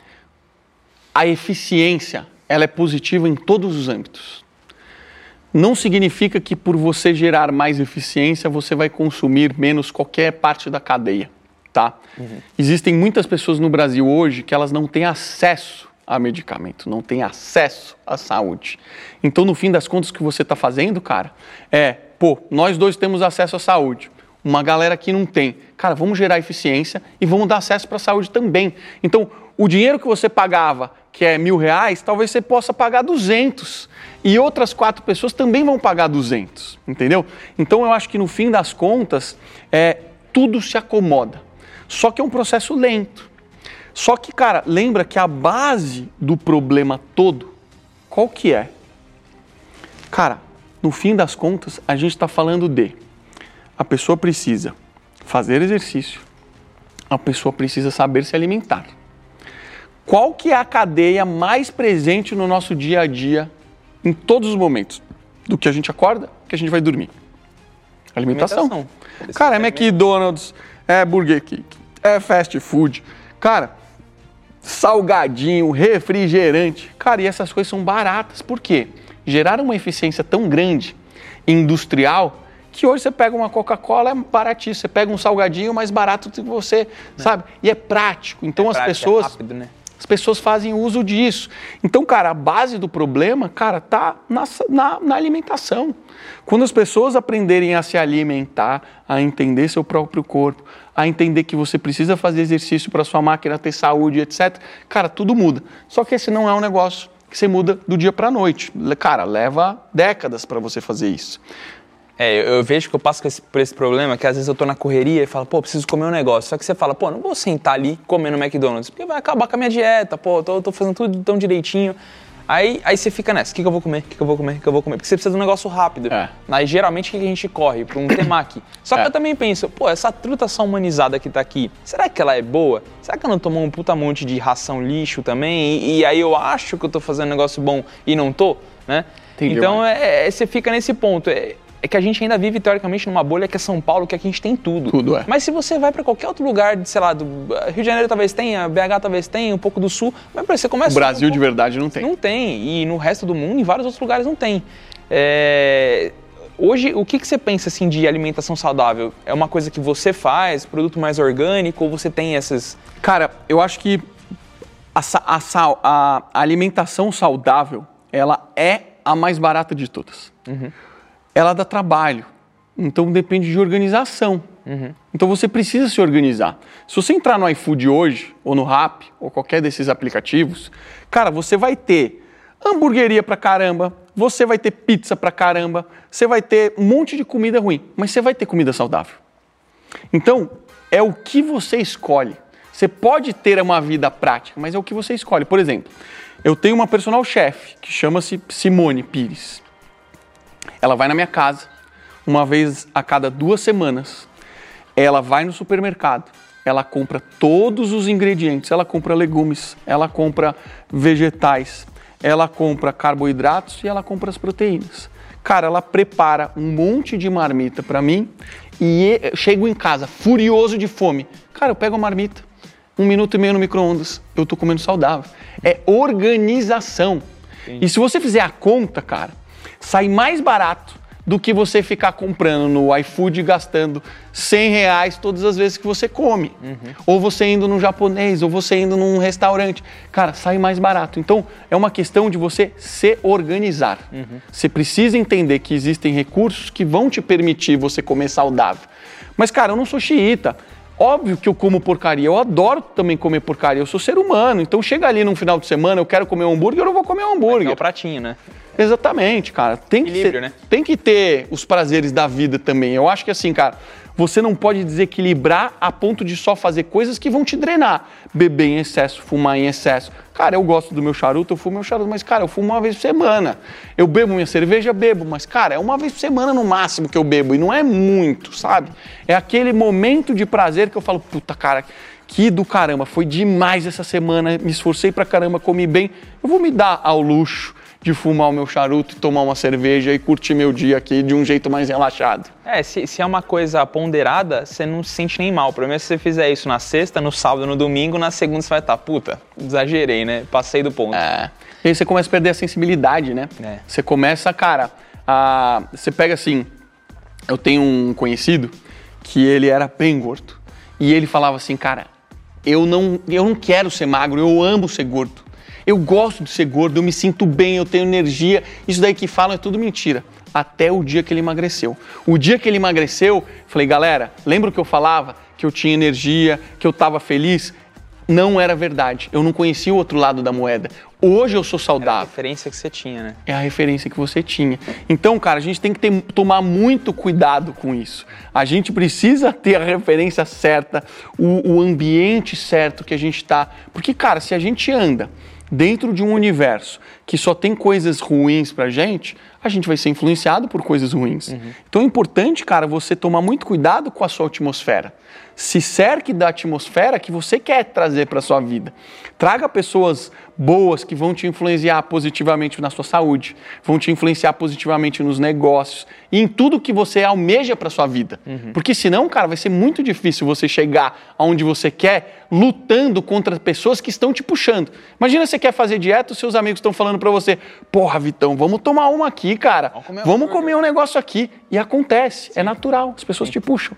a eficiência, ela é positiva em todos os âmbitos. Não significa que por você gerar mais eficiência, você vai consumir menos qualquer parte da cadeia, tá? Existem muitas pessoas no Brasil hoje que elas não têm acesso a medicamento, não têm acesso à saúde. Então, no fim das contas, o que você está fazendo, cara, nós dois temos acesso à saúde. Uma galera que não tem. Cara, vamos gerar eficiência e vamos dar acesso para a saúde também. Então, o dinheiro que você pagava, que é R$1.000, talvez você possa pagar 200. E outras 4 pessoas também vão pagar 200, entendeu? Então, eu acho que no fim das contas, tudo se acomoda. Só que é um processo lento. Só que, cara, lembra que a base do problema todo, qual que é? Cara, no fim das contas, a gente está falando a pessoa precisa fazer exercício, a pessoa precisa saber se alimentar. Qual que é a cadeia mais presente no nosso dia a dia, em todos os momentos? Do que a gente acorda, que a gente vai dormir. Alimentação. Cara, é McDonald's, é Burger King, é fast food. Cara, salgadinho, refrigerante. Cara, e essas coisas são baratas. Por quê? Geraram uma eficiência tão grande, industrial, que hoje você pega uma Coca-Cola, é baratíssimo. Você pega um salgadinho mais barato do que você, sabe? E é prático. Então as pessoas... É rápido, né? As pessoas fazem uso disso. Então, cara, a base do problema, cara, tá na alimentação. Quando as pessoas aprenderem a se alimentar, a entender seu próprio corpo, a entender que você precisa fazer exercício para sua máquina ter saúde, etc., cara, tudo muda. Só que esse não é um negócio que você muda do dia para a noite. Cara, leva décadas para você fazer isso. Eu vejo que eu passo por esse problema, que às vezes eu tô na correria e falo, preciso comer um negócio. Só que você fala, não vou sentar ali comendo no McDonald's, porque vai acabar com a minha dieta, tô fazendo tudo tão direitinho. Aí você fica nessa, o que eu vou comer? Porque você precisa de um negócio rápido. Aí geralmente o que a gente corre? Para um temaki. Só que eu também penso, essa trutação humanizada que tá aqui, será que ela é boa? Será que eu não tomou um puta monte de ração lixo também? E aí eu acho que eu tô fazendo um negócio bom e não tô, né? Entendi, então você fica nesse ponto. É que a gente ainda vive, teoricamente, numa bolha que é São Paulo, que aqui a gente tem tudo. Tudo é. Mas se você vai para qualquer outro lugar, sei lá, do Rio de Janeiro talvez tenha, BH talvez tenha, um pouco do Sul, mas você começa... O Brasil de verdade não tem. Não tem. E no resto do mundo, em vários outros lugares, não tem. Hoje, o que você pensa, assim, de alimentação saudável? É uma coisa que você faz, produto mais orgânico, ou você tem essas... Cara, eu acho que a alimentação saudável, ela é a mais barata de todas. Ela dá trabalho, então depende de organização. Então você precisa se organizar. Se você entrar no iFood hoje, ou no Rappi, ou qualquer desses aplicativos, cara, você vai ter hamburgueria pra caramba, você vai ter pizza pra caramba, você vai ter um monte de comida ruim, mas você vai ter comida saudável. Então, é o que você escolhe. Você pode ter uma vida prática, mas é o que você escolhe. Por exemplo, eu tenho uma personal chef que chama-se Simone Pires. Ela vai na minha casa, uma vez a cada 2 semanas. Ela vai no supermercado, ela compra todos os ingredientes, ela compra legumes, ela compra vegetais, ela compra carboidratos e ela compra as proteínas. Cara, ela prepara um monte de marmita para mim e chego em casa furioso de fome. Cara, eu pego a marmita, 1 minuto e meio no micro-ondas, eu tô comendo saudável. É organização. Entendi. E se você fizer a conta, cara, sai mais barato do que você ficar comprando no iFood e gastando R$100 todas as vezes que você come. Ou você indo num japonês, ou você indo num restaurante. Cara, sai mais barato. Então, é uma questão de você se organizar. Você precisa entender que existem recursos que vão te permitir você comer saudável. Mas, cara, eu não sou xiita. Óbvio que eu como porcaria, eu adoro também comer porcaria, eu sou ser humano, então chega ali num final de semana, eu quero comer um hambúrguer, eu vou comer um hambúrguer. É o pratinho, né? Exatamente, cara. Equilíbrio, né? Tem que ter os prazeres da vida também. Eu acho que assim, cara, você não pode desequilibrar a ponto de só fazer coisas que vão te drenar. Beber em excesso, fumar em excesso. Cara, eu gosto do meu charuto, eu fumo meu charuto, mas, cara, eu fumo uma vez por semana. Eu bebo minha cerveja, bebo, mas, cara, é uma vez por semana no máximo que eu bebo, e não é muito, sabe? É aquele momento de prazer que eu falo, puta, cara, que do caramba, foi demais essa semana, me esforcei pra caramba, comi bem, eu vou me dar ao luxo de fumar o meu charuto, tomar uma cerveja e curtir meu dia aqui de um jeito mais relaxado. Se é uma coisa ponderada, você não se sente nem mal. O problema é se você fizer isso na sexta, no sábado, no domingo, na segunda você vai estar, puta, exagerei, né? Passei do ponto. E aí você começa a perder a sensibilidade, né? Você começa, cara, você pega assim, eu tenho um conhecido que ele era bem gordo. E ele falava assim, cara, eu não quero ser magro, eu amo ser gordo. Eu gosto de ser gordo, eu me sinto bem, eu tenho energia. Isso daí que falam é tudo mentira. Até o dia que ele emagreceu. O dia que ele emagreceu, falei, galera, lembra o que eu falava? Que eu tinha energia, que eu estava feliz? Não era verdade. Eu não conhecia o outro lado da moeda. Hoje eu sou saudável. É a referência que você tinha, né? É a referência que você tinha. Então, cara, a gente tem que tomar muito cuidado com isso. A gente precisa ter a referência certa, o ambiente certo que a gente está. Porque, cara, se a gente anda dentro de um universo que só tem coisas ruins pra gente, a gente vai ser influenciado por coisas ruins. Então é importante, cara, você tomar muito cuidado com a sua atmosfera. Se cerque da atmosfera que você quer trazer para sua vida. Traga pessoas boas que vão te influenciar positivamente na sua saúde, vão te influenciar positivamente nos negócios e em tudo que você almeja para sua vida. Porque senão, cara, vai ser muito difícil você chegar aonde você quer lutando contra pessoas que estão te puxando. Imagina você quer fazer dieta, os seus amigos estão falando para você, porra, Vitão, vamos tomar uma aqui, cara. Vamos comer um negócio aqui. E acontece, é natural, as pessoas te puxam.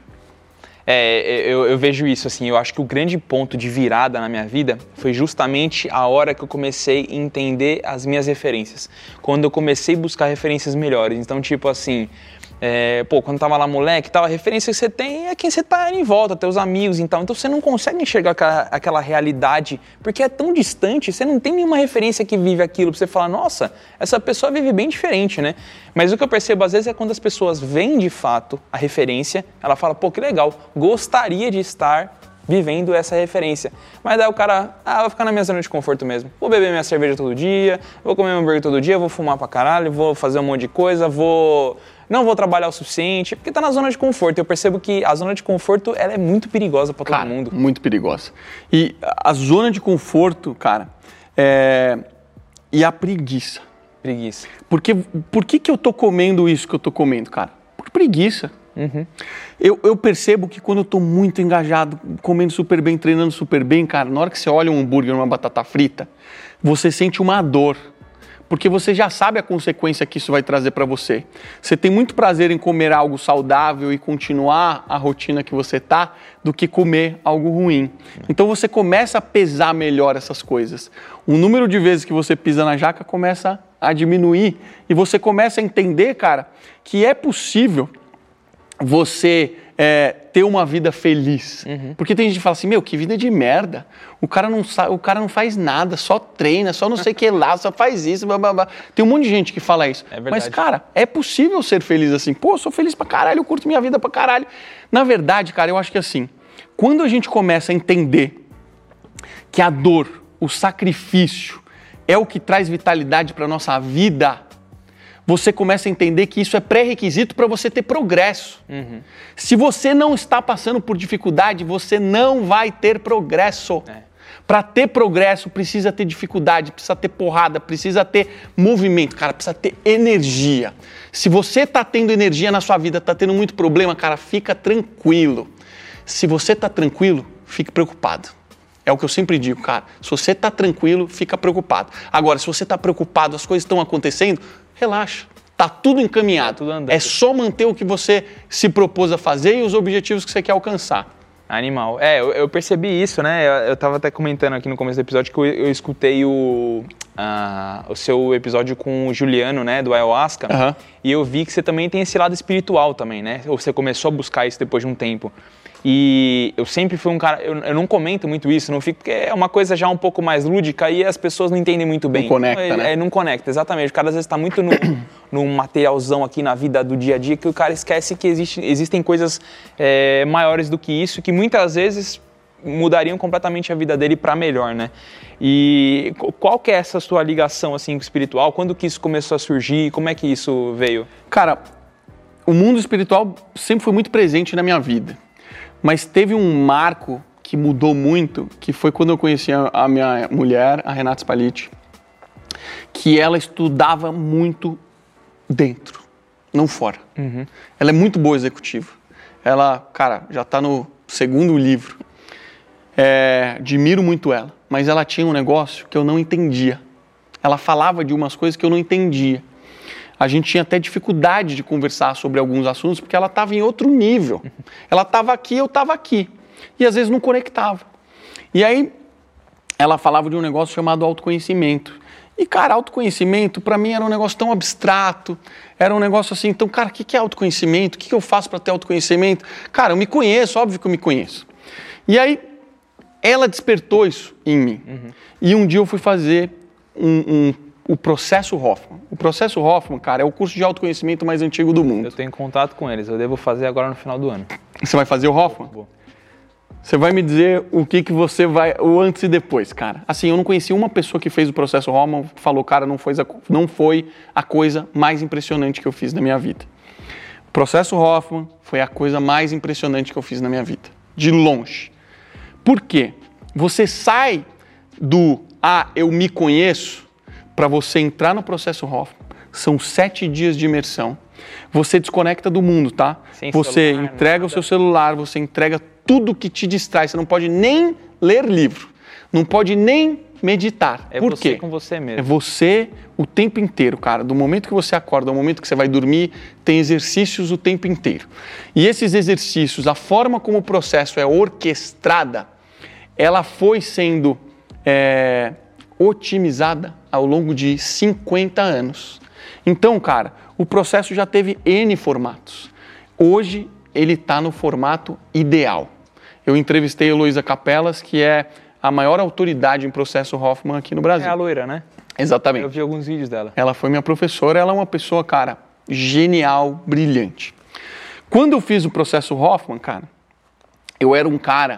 Eu vejo isso, assim, eu acho que o grande ponto de virada na minha vida foi justamente a hora que eu comecei a entender as minhas referências. Quando eu comecei a buscar referências melhores. Então, tipo assim, quando tava lá moleque, a referência que você tem é quem você tá em volta, teus amigos e tal. Então você não consegue enxergar aquela realidade, porque é tão distante, você não tem nenhuma referência que vive aquilo pra você falar, nossa, essa pessoa vive bem diferente, né? Mas o que eu percebo às vezes é quando as pessoas veem de fato a referência, ela fala, pô, que legal, gostaria de estar vivendo essa referência. Mas daí o cara, vou ficar na minha zona de conforto mesmo. Vou beber minha cerveja todo dia, vou comer meu hambúrguer todo dia, vou fumar pra caralho, vou fazer um monte de coisa, não vou trabalhar o suficiente, porque tá na zona de conforto. Eu percebo que a zona de conforto, ela é muito perigosa pra todo mundo. Muito perigosa. E a zona de conforto, cara, e a preguiça. Porque por que eu tô comendo isso que eu tô comendo, cara? Por preguiça. Eu percebo que quando eu tô muito engajado, comendo super bem, treinando super bem, cara, na hora que você olha um hambúrguer, uma batata frita, você sente uma dor. Porque você já sabe a consequência que isso vai trazer para você. Você tem muito prazer em comer algo saudável e continuar a rotina que você tá, do que comer algo ruim. Então você começa a pesar melhor essas coisas. O número de vezes que você pisa na jaca começa a diminuir e você começa a entender, cara, que é possível você ter uma vida feliz. Porque tem gente que fala assim, que vida de merda. O cara não faz nada, só treina, só não sei o que lá, só faz isso, blá, blá, blá. Tem um monte de gente que fala isso. É verdade. Mas, cara, é possível ser feliz assim. Pô, eu sou feliz pra caralho, eu curto minha vida pra caralho. Na verdade, cara, eu acho que assim, quando a gente começa a entender que a dor, o sacrifício, é o que traz vitalidade pra nossa vida, você começa a entender que isso é pré-requisito para você ter progresso. Se você não está passando por dificuldade, você não vai ter progresso. Para ter progresso, precisa ter dificuldade, precisa ter porrada, precisa ter movimento, cara, precisa ter energia. Se você está tendo energia na sua vida, está tendo muito problema, cara, fica tranquilo. Se você está tranquilo, fique preocupado. É o que eu sempre digo, cara. Se você está tranquilo, fica preocupado. Agora, se você está preocupado, as coisas estão acontecendo, relaxa. Tá tudo encaminhado. Tá tudo andando. É só manter o que você se propôs a fazer e os objetivos que você quer alcançar. Animal. Eu percebi isso, né? Eu tava até comentando aqui no começo do episódio que eu escutei o o seu episódio com o Juliano, né, do Ayahuasca, e eu vi que você também tem esse lado espiritual também, né? Ou você começou a buscar isso depois de um tempo. E eu sempre fui um cara, eu não comento muito isso, não fico, porque é uma coisa já um pouco mais lúdica e as pessoas não entendem muito bem. Não conecta, né? Não conecta, exatamente. O cara às vezes está muito no materialzão aqui na vida do dia a dia que o cara esquece que existem coisas maiores do que isso, que muitas vezes mudariam completamente a vida dele para melhor, né? E qual que é essa sua ligação assim espiritual? Quando que isso começou a surgir? Como é que isso veio? Cara, o mundo espiritual sempre foi muito presente na minha vida. Mas teve um marco que mudou muito, que foi quando eu conheci a minha mulher, a Renata Spalletti, que ela estudava muito dentro, não fora. Ela é muito boa executiva. Ela, cara, já está no 2º livro. Admiro muito ela, mas ela tinha um negócio que eu não entendia. Ela falava de umas coisas que eu não entendia. A gente tinha até dificuldade de conversar sobre alguns assuntos, porque ela estava em outro nível. Ela estava aqui, eu estava aqui. E às vezes não conectava. E aí, ela falava de um negócio chamado autoconhecimento. E, cara, autoconhecimento, para mim, era um negócio tão abstrato. Era um negócio assim, então, cara, o que é autoconhecimento? O que eu faço para ter autoconhecimento? Cara, eu me conheço, óbvio que eu me conheço. E aí, ela despertou isso em mim. E um dia eu fui fazer o Processo Hoffman. O Processo Hoffman, cara, é o curso de autoconhecimento mais antigo do mundo. Eu tenho contato com eles, eu devo fazer agora no final do ano. Você vai fazer o Hoffman? Vou. Você vai me dizer o que você vai, o antes e depois, cara. Assim, eu não conheci uma pessoa que fez o Processo Hoffman que falou, cara, não foi a coisa mais impressionante que eu fiz na minha vida. O Processo Hoffman foi a coisa mais impressionante que eu fiz na minha vida. De longe. Por quê? Você sai do, eu me conheço, para você entrar no Processo Hoffman. São 7 dias de imersão. Você desconecta do mundo, tá? Você entrega o seu celular, você entrega tudo que te distrai. Você não pode nem ler livro, não pode nem meditar. Por quê? É você com você mesmo. É você o tempo inteiro, cara. Do momento que você acorda ao momento que você vai dormir, tem exercícios o tempo inteiro. E esses exercícios, a forma como o processo é orquestrada, ela foi sendo otimizada ao longo de 50 anos. Então, cara, o processo já teve N formatos. Hoje, ele está no formato ideal. Eu entrevistei a Heloísa Capelas, que é a maior autoridade em Processo Hoffman aqui no Brasil. É a loira, né? Exatamente. Eu vi alguns vídeos dela. Ela foi minha professora, ela é uma pessoa, cara, genial, brilhante. Quando eu fiz o Processo Hoffman, cara, eu era um cara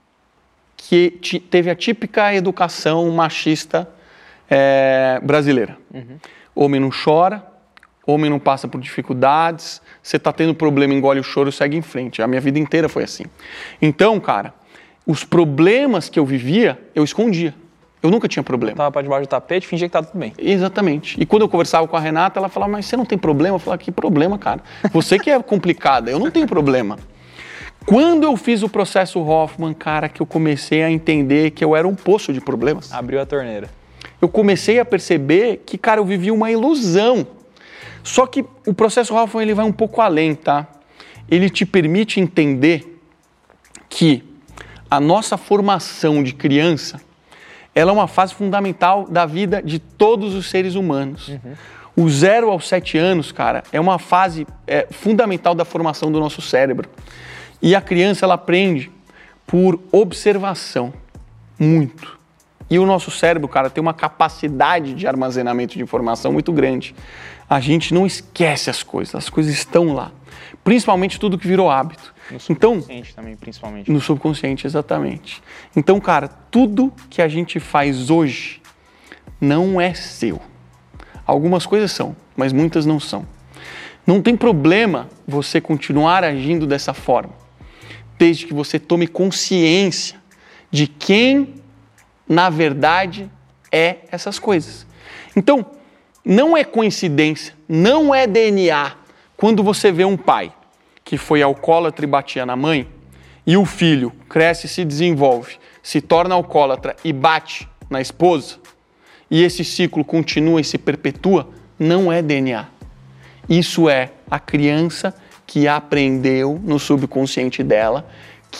que teve a típica educação machista brasileira. Homem não chora, homem não passa por dificuldades, você está tendo problema, engole o choro e segue em frente. A minha vida inteira foi assim. Então, cara, os problemas que eu vivia, eu escondia. Eu nunca tinha problema. Estava para debaixo do tapete, fingia que estava tudo bem. Exatamente. E quando eu conversava com a Renata, ela falava, mas você não tem problema? Eu falava, que problema, cara? Você que é complicada, eu não tenho problema. Quando eu fiz o Processo Hoffman, cara, que eu comecei a entender que eu era um poço de problemas. Abriu a torneira. Eu comecei a perceber que, cara, eu vivia uma ilusão. Só que o Processo Hoffman, ele vai um pouco além, tá? Ele te permite entender que a nossa formação de criança, ela é uma fase fundamental da vida de todos os seres humanos. O 0 aos 7 anos, cara, é uma fase fundamental da formação do nosso cérebro. E a criança, ela aprende por observação, muito. E o nosso cérebro, cara, tem uma capacidade de armazenamento de informação muito grande. A gente não esquece as coisas estão lá. Principalmente tudo que virou hábito. No subconsciente também, principalmente. No subconsciente, exatamente. Então, cara, tudo que a gente faz hoje não é seu. Algumas coisas são, mas muitas não são. Não tem problema você continuar agindo dessa forma, desde que você tome consciência de quem, na verdade, é essas coisas. Então, não é coincidência, não é DNA, quando você vê um pai que foi alcoólatra e batia na mãe, e o filho cresce, se desenvolve, se torna alcoólatra e bate na esposa, e esse ciclo continua e se perpetua, não é DNA. Isso é a criança que aprendeu no subconsciente dela que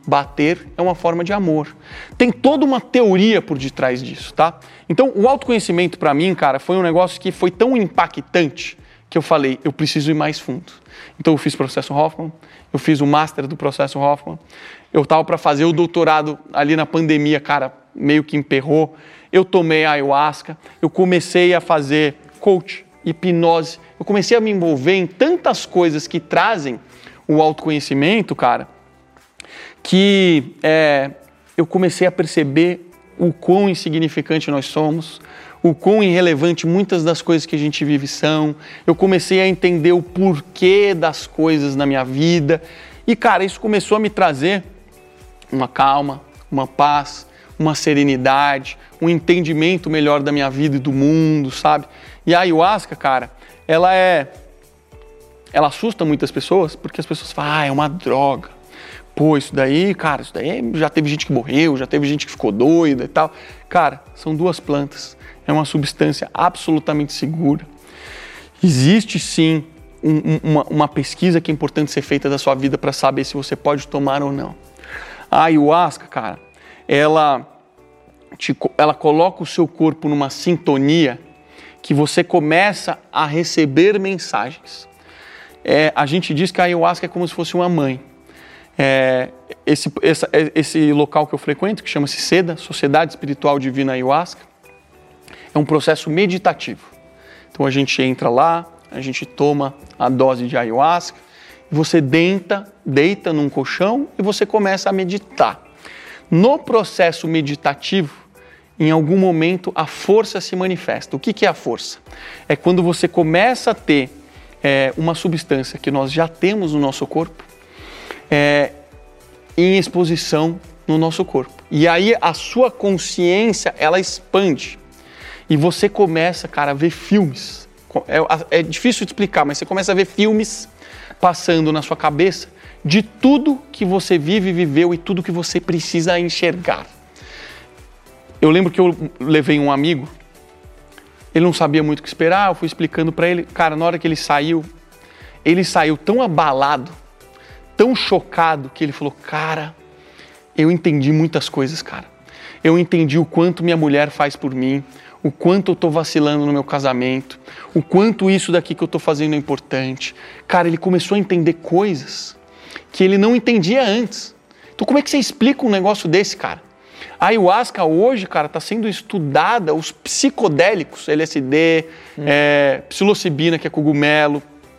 bater é uma forma de amor. Tem toda uma teoria por detrás disso, tá? Então, o autoconhecimento para mim, cara, foi um negócio que foi tão impactante que eu falei, eu preciso ir mais fundo. Então, eu fiz processo Hoffman, eu fiz o master do processo Hoffman, eu estava para fazer o doutorado ali na pandemia, cara, meio que emperrou. Eu tomei ayahuasca, eu comecei a fazer coach, hipnose, eu comecei a me envolver em tantas coisas que trazem o autoconhecimento, cara, que eu comecei a perceber o quão insignificante nós somos, o quão irrelevante muitas das coisas que a gente vive são. Eu comecei a entender o porquê das coisas na minha vida. E, cara, isso começou a me trazer uma calma, uma paz, uma serenidade, um entendimento melhor da minha vida e do mundo, sabe? E a ayahuasca, cara, ela assusta muitas pessoas, porque as pessoas falam, é uma droga. Pô, isso daí, cara, isso daí já teve gente que morreu, já teve gente que ficou doida e tal. Cara, são 2 plantas, é uma substância absolutamente segura. Existe sim uma pesquisa que é importante ser feita da sua vida para saber se você pode tomar ou não. A ayahuasca, cara, ela coloca o seu corpo numa sintonia que você começa a receber mensagens. A gente diz que a ayahuasca é como se fosse uma mãe. Esse local que eu frequento, que chama-se SEDA, Sociedade Espiritual Divina Ayahuasca, é um processo meditativo. Então a gente entra lá, a gente toma a dose de ayahuasca, você deita num colchão e você começa a meditar. No processo meditativo, em algum momento a força se manifesta. O que é a força? É quando você começa a ter uma substância que nós já temos no nosso corpo, em exposição no nosso corpo. E aí a sua consciência, ela expande. E você começa, cara, a ver filmes. É difícil de explicar, mas você começa a ver filmes passando na sua cabeça de tudo que você vive, viveu e tudo que você precisa enxergar. Eu lembro que eu levei um amigo, ele não sabia muito o que esperar, eu fui explicando para ele. Cara, na hora que ele saiu tão abalado, tão chocado, que ele falou, cara, eu entendi muitas coisas, cara. Eu entendi o quanto minha mulher faz por mim, o quanto eu tô vacilando no meu casamento, o quanto isso daqui que eu tô fazendo é importante. Cara, ele começou a entender coisas que ele não entendia antes. Então como é que você explica um negócio desse, cara? A ayahuasca hoje, cara, está sendo estudada, os psicodélicos, LSD, psilocibina, que é cogumelo,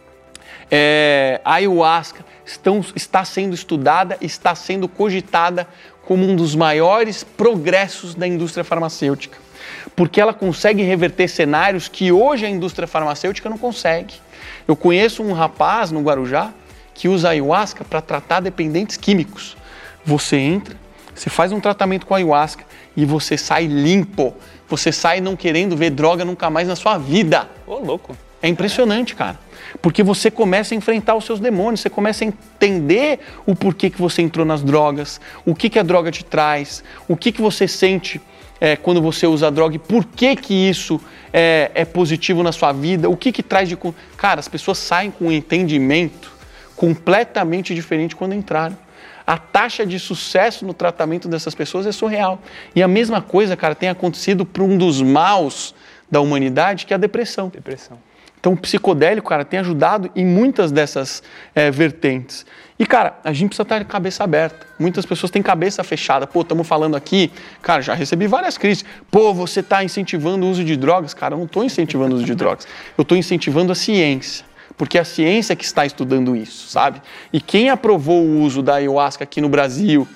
a ayahuasca, está sendo estudada, está sendo cogitada como um dos maiores progressos da indústria farmacêutica. Porque ela consegue reverter cenários que hoje a indústria farmacêutica não consegue. Eu conheço um rapaz no Guarujá que usa ayahuasca para tratar dependentes químicos. Você entra, você faz um tratamento com ayahuasca e você sai limpo. Você sai não querendo ver droga nunca mais na sua vida. Ô, louco. É impressionante, cara. Porque você começa a enfrentar os seus demônios, você começa a entender o porquê que você entrou nas drogas, o que a droga te traz, o que você sente quando você usa a droga e por que isso é positivo na sua vida, o que traz de... Cara, as pessoas saem com um entendimento completamente diferente quando entraram. A taxa de sucesso no tratamento dessas pessoas é surreal. E a mesma coisa, cara, tem acontecido para um dos maus da humanidade, que é a depressão. Então, o psicodélico, cara, tem ajudado em muitas dessas vertentes. E, cara, a gente precisa estar de cabeça aberta. Muitas pessoas têm cabeça fechada. Pô, estamos falando aqui... Cara, já recebi várias críticas. Pô, você está incentivando o uso de drogas. Cara, eu não estou incentivando o uso de drogas. Eu estou incentivando a ciência. Porque é a ciência que está estudando isso, sabe? E quem aprovou o uso da ayahuasca aqui no Brasil,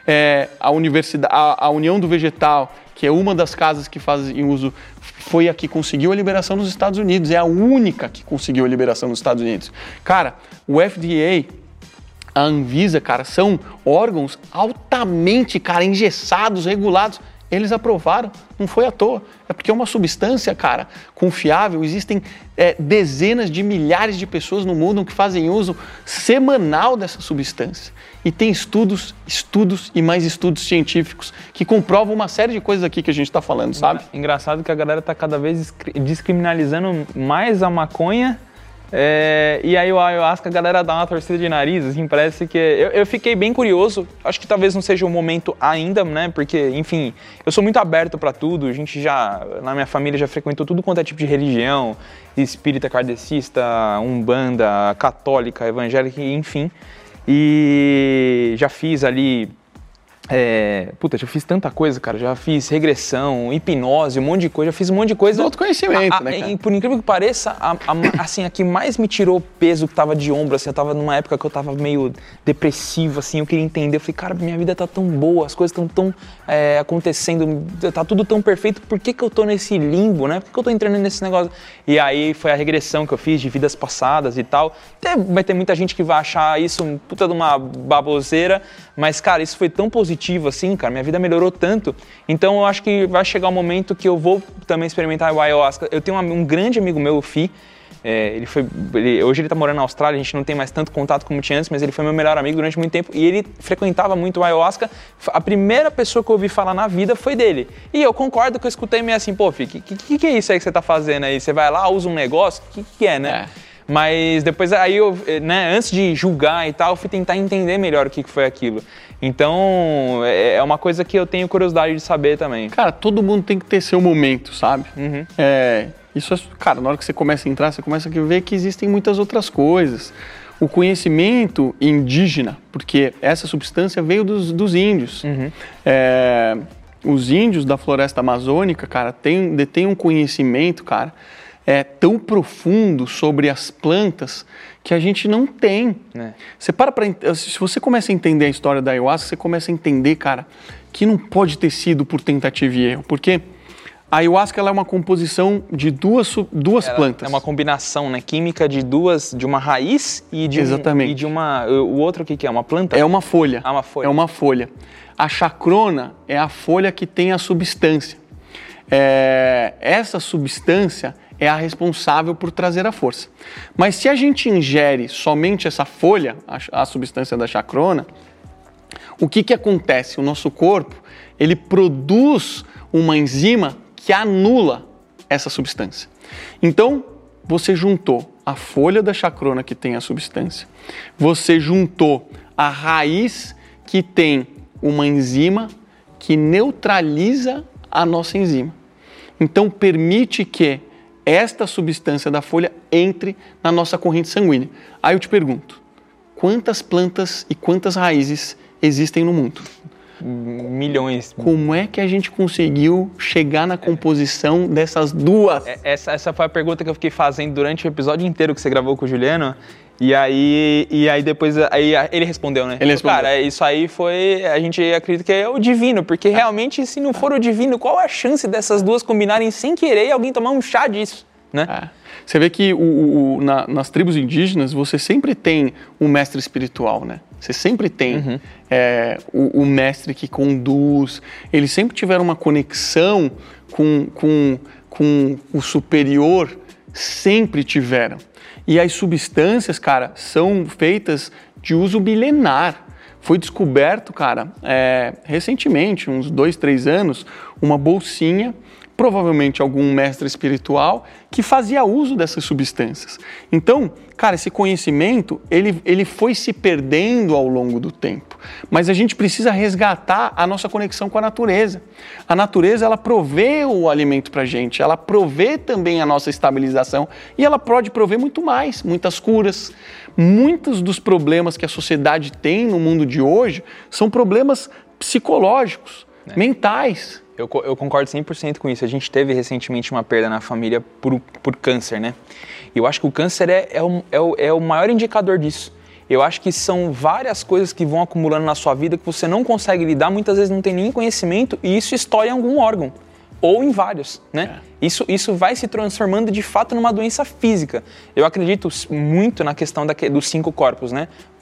a União do Vegetal, que é uma das casas que fazem uso, foi a que conseguiu a liberação nos Estados Unidos. É a única que conseguiu a liberação nos Estados Unidos. Cara, o FDA, a Anvisa, cara, são órgãos altamente, cara, engessados, regulados. Eles aprovaram, não foi à toa. É porque é uma substância, cara, confiável. Existem dezenas de milhares de pessoas no mundo que fazem uso semanal dessa substância. E tem estudos e mais estudos científicos que comprovam uma série de coisas aqui que a gente está falando, sabe? Engraçado que a galera está cada vez descriminalizando mais a maconha E aí o Ayahuasca, a galera dá uma torcida de nariz, assim, parece que... Eu fiquei bem curioso, acho que talvez não seja o momento ainda, né, porque, enfim, eu sou muito aberto pra tudo, a gente já, na minha família, já frequentou tudo quanto é tipo de religião, espírita, kardecista, umbanda, católica, evangélica, enfim, e já fiz ali... já fiz tanta coisa, cara. Já fiz regressão, hipnose, um monte de coisa. Já fiz um monte de coisa. Autoconhecimento, né, cara? Por incrível que pareça, assim, a que mais me tirou peso que tava de ombro, assim, eu tava numa época que eu tava meio depressivo, assim, eu queria entender. Eu falei, cara, minha vida tá tão boa, as coisas estão tão acontecendo, tá tudo tão perfeito, por que eu tô nesse limbo, né? Por que eu tô entrando nesse negócio? E aí foi a regressão que eu fiz de vidas passadas e tal. Vai ter muita gente que vai achar isso um puta de uma baboseira, mas, cara, isso foi tão positivo assim, cara, minha vida melhorou tanto, então eu acho que vai chegar um momento que eu vou também experimentar o Ayahuasca. Eu tenho um grande amigo meu, o Fi, hoje ele tá morando na Austrália, a gente não tem mais tanto contato como tinha antes, mas ele foi meu melhor amigo durante muito tempo e ele frequentava muito o Ayahuasca. A primeira pessoa que eu ouvi falar na vida foi dele, e eu concordo que eu escutei meio assim, pô, Fi, que é isso aí que você tá fazendo aí? Você vai lá, usa um negócio, o que é, né? Mas depois aí eu, né, antes de julgar e tal, eu fui tentar entender melhor o que foi aquilo. Então, é uma coisa que eu tenho curiosidade de saber também. Cara, todo mundo tem que ter seu momento, sabe? Uhum. Cara, na hora que você começa a entrar, você começa a ver que existem muitas outras coisas. O conhecimento indígena, porque essa substância veio dos índios. Uhum. Os índios da floresta amazônica, cara, detêm um conhecimento, cara, tão profundo sobre as plantas que a gente não tem. Se você começa a entender a história da Ayahuasca, você começa a entender, cara, que não pode ter sido por tentativa e erro, porque a Ayahuasca ela é uma composição de duas plantas. É uma combinação, né, química de uma raiz e de Exatamente. E de uma... O outro, o que é? Uma planta? É uma folha. Uma folha. É uma folha. A chacrona é a folha que tem a substância. Essa substância é a responsável por trazer a força. Mas se a gente ingere somente essa folha, a substância da chacrona, o que acontece? O nosso corpo, ele produz uma enzima que anula essa substância. Então, você juntou a folha da chacrona que tem a substância, você juntou a raiz que tem uma enzima que neutraliza a nossa enzima. Então, permite que esta substância da folha entre na nossa corrente sanguínea. Aí eu te pergunto, quantas plantas e quantas raízes existem no mundo? Milhões. Como é que a gente conseguiu chegar na composição dessas duas? Essa foi a pergunta que eu fiquei fazendo durante o episódio inteiro que você gravou com o Juliano. E aí depois ele respondeu, né? Ele respondeu. Cara, isso aí foi... A gente acredita que é o divino, porque realmente, se não for o divino, qual a chance dessas duas combinarem sem querer e alguém tomar um chá disso, né? Você vê que nas tribos indígenas, você sempre tem um mestre espiritual, né? Você sempre tem o mestre que conduz. Eles sempre tiveram uma conexão com o superior, sempre tiveram. E as substâncias, cara, são feitas de uso milenar. Foi descoberto, cara, recentemente, uns 2, 3 anos, uma bolsinha, provavelmente algum mestre espiritual, que fazia uso dessas substâncias. Então, cara, esse conhecimento, ele foi se perdendo ao longo do tempo. Mas a gente precisa resgatar a nossa conexão com a natureza. A natureza, ela provê o alimento pra gente, ela provê também a nossa estabilização e ela pode prover muito mais, muitas curas. Muitos dos problemas que a sociedade tem no mundo de hoje são problemas psicológicos, mentais. Eu concordo 100% com isso. A gente teve recentemente uma perda na família por câncer, né? E eu acho que o câncer é o maior indicador disso. Eu acho que são várias coisas que vão acumulando na sua vida que você não consegue lidar, muitas vezes não tem nem conhecimento e isso estoura em algum órgão. Ou em vários, né? Isso vai se transformando de fato numa doença física. Eu acredito muito na questão dos 5 corpos, né? O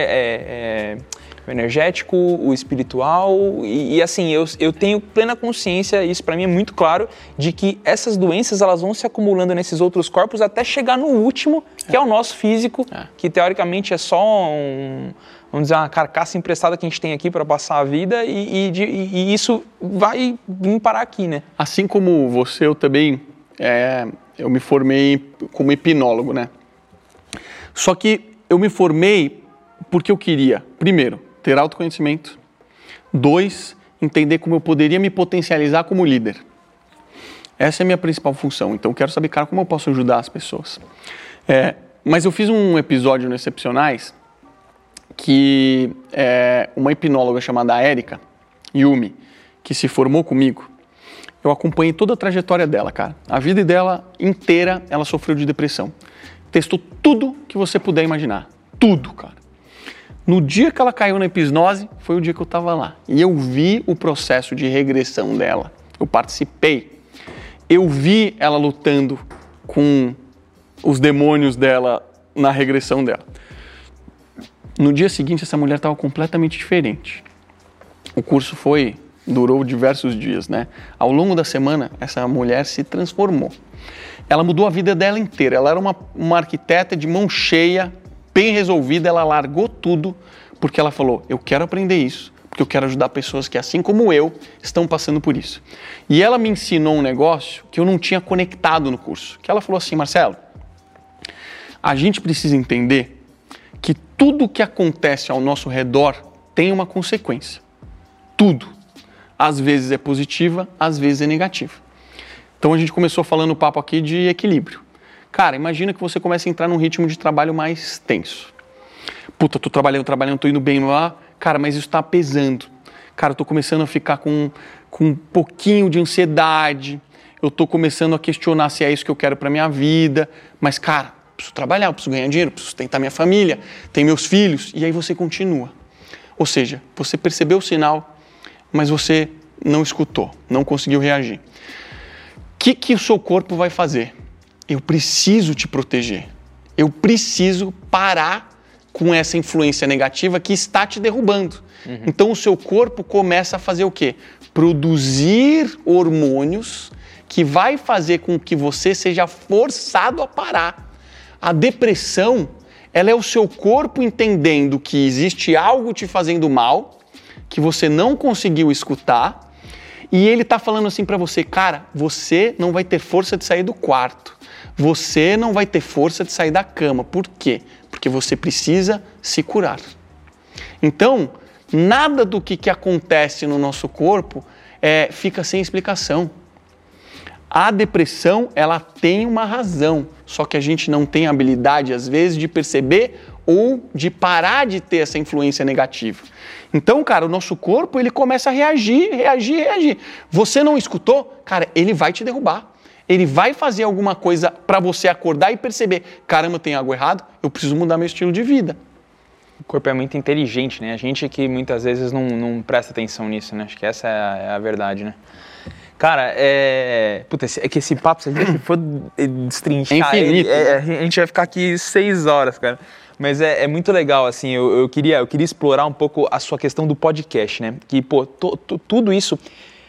energético, o espiritual e assim, eu tenho plena consciência, isso para mim é muito claro, de que essas doenças elas vão se acumulando nesses outros corpos até chegar no último, que é o nosso físico, que teoricamente é só vamos dizer, uma carcaça emprestada que a gente tem aqui para passar a vida e isso vai vir parar aqui, né? Assim como você, eu também, eu me formei como hipnólogo, né? Só que eu me formei porque eu queria, primeiro, ter autoconhecimento. 2, entender como eu poderia me potencializar como líder. Essa é a minha principal função. Então, eu quero saber, cara, como eu posso ajudar as pessoas. Mas eu fiz um episódio no Excepcionais que uma hipnóloga chamada Erika Yumi, que se formou comigo, eu acompanhei toda a trajetória dela, cara. A vida dela inteira, ela sofreu de depressão. Testou tudo que você puder imaginar. Tudo, cara. No dia que ela caiu na hipnose, foi o dia que eu estava lá. E eu vi o processo de regressão dela. Eu participei. Eu vi ela lutando com os demônios dela na regressão dela. No dia seguinte, essa mulher estava completamente diferente. O curso durou diversos dias, né? Ao longo da semana, essa mulher se transformou. Ela mudou a vida dela inteira. Ela era uma arquiteta de mão cheia, bem resolvida. Ela largou tudo porque ela falou, eu quero aprender isso, porque eu quero ajudar pessoas que, assim como eu, estão passando por isso. E ela me ensinou um negócio que eu não tinha conectado no curso. Que ela falou assim, Marcelo, a gente precisa entender que tudo que acontece ao nosso redor tem uma consequência. Tudo. Às vezes é positiva, às vezes é negativa. Então a gente começou falando o papo aqui de equilíbrio. Cara, imagina que você começa a entrar num ritmo de trabalho mais tenso. Puta, tô trabalhando, tô indo bem lá. Cara, mas isso tá pesando. Cara, eu tô começando a ficar com um pouquinho de ansiedade. Eu tô começando a questionar se é isso que eu quero pra minha vida. Mas, cara, preciso trabalhar, eu preciso ganhar dinheiro, preciso sustentar minha família, tem meus filhos. E aí você continua. Ou seja, você percebeu o sinal, mas você não escutou, não conseguiu reagir. O que o seu corpo vai fazer? Eu preciso te proteger. Eu preciso parar com essa influência negativa que está te derrubando. Uhum. Então o seu corpo começa a fazer o quê? Produzir hormônios que vai fazer com que você seja forçado a parar. A depressão, ela é o seu corpo entendendo que existe algo te fazendo mal, que você não conseguiu escutar, e ele está falando assim para você, cara, você não vai ter força de sair do quarto. Você não vai ter força de sair da cama. Por quê? Porque você precisa se curar. Então, nada do que acontece no nosso corpo fica sem explicação. A depressão, ela tem uma razão, só que a gente não tem a habilidade, às vezes, de perceber ou de parar de ter essa influência negativa. Então, cara, o nosso corpo, ele começa a reagir. Você não escutou? Cara, ele vai te derrubar. Ele vai fazer alguma coisa para você acordar e perceber, caramba, tem algo errado, eu preciso mudar meu estilo de vida. O corpo é muito inteligente, né? A gente que muitas vezes não presta atenção nisso, né? Acho que essa é a verdade, né? Cara, é que esse papo, se a gente for destrinchar, é infinito. A gente vai ficar aqui 6 horas, cara. Mas é muito legal, assim, eu queria explorar um pouco a sua questão do podcast, né? Que, pô, tudo isso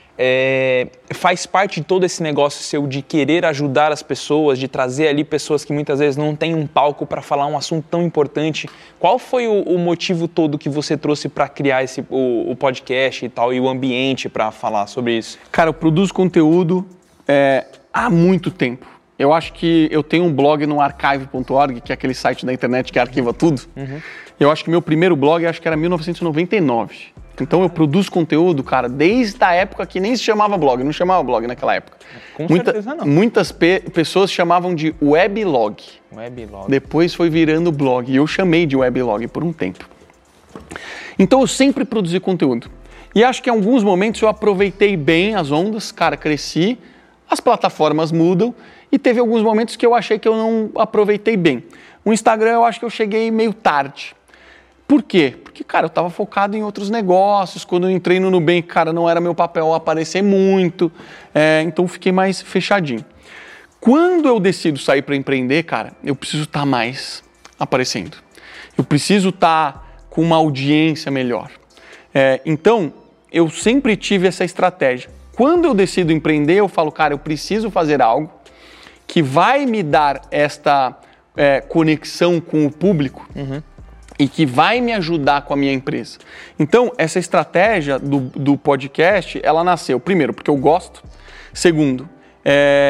faz parte de todo esse negócio seu de querer ajudar as pessoas, de trazer ali pessoas que muitas vezes não têm um palco para falar um assunto tão importante. Qual foi o motivo todo que você trouxe para criar o podcast e tal, e o ambiente para falar sobre isso? Cara, eu produzo conteúdo há muito tempo. Eu acho que eu tenho um blog no archive.org, que é aquele site da internet que arquiva tudo. Uhum. Eu acho que meu primeiro blog, acho que era 1999. Então eu produzo conteúdo, cara, desde a época que nem se chamava blog, não chamava blog naquela época. Com certeza não. Muitas pessoas chamavam de weblog. Weblog. Depois foi virando blog, e eu chamei de weblog por um tempo. Então eu sempre produzi conteúdo. E acho que em alguns momentos eu aproveitei bem as ondas, cara, cresci, as plataformas mudam, e teve alguns momentos que eu achei que eu não aproveitei bem. O Instagram eu acho que eu cheguei meio tarde. Por quê? Porque, cara, eu estava focado em outros negócios. Quando eu entrei no Nubank, cara, não era meu papel aparecer muito. Então, fiquei mais fechadinho. Quando eu decido sair para empreender, cara, eu preciso estar mais aparecendo. Eu preciso estar com uma audiência melhor. Então, eu sempre tive essa estratégia. Quando eu decido empreender, eu falo, cara, eu preciso fazer algo que vai me dar esta conexão com o público. Uhum. E que vai me ajudar com a minha empresa. Então, essa estratégia do podcast, ela nasceu, primeiro, porque eu gosto. Segundo,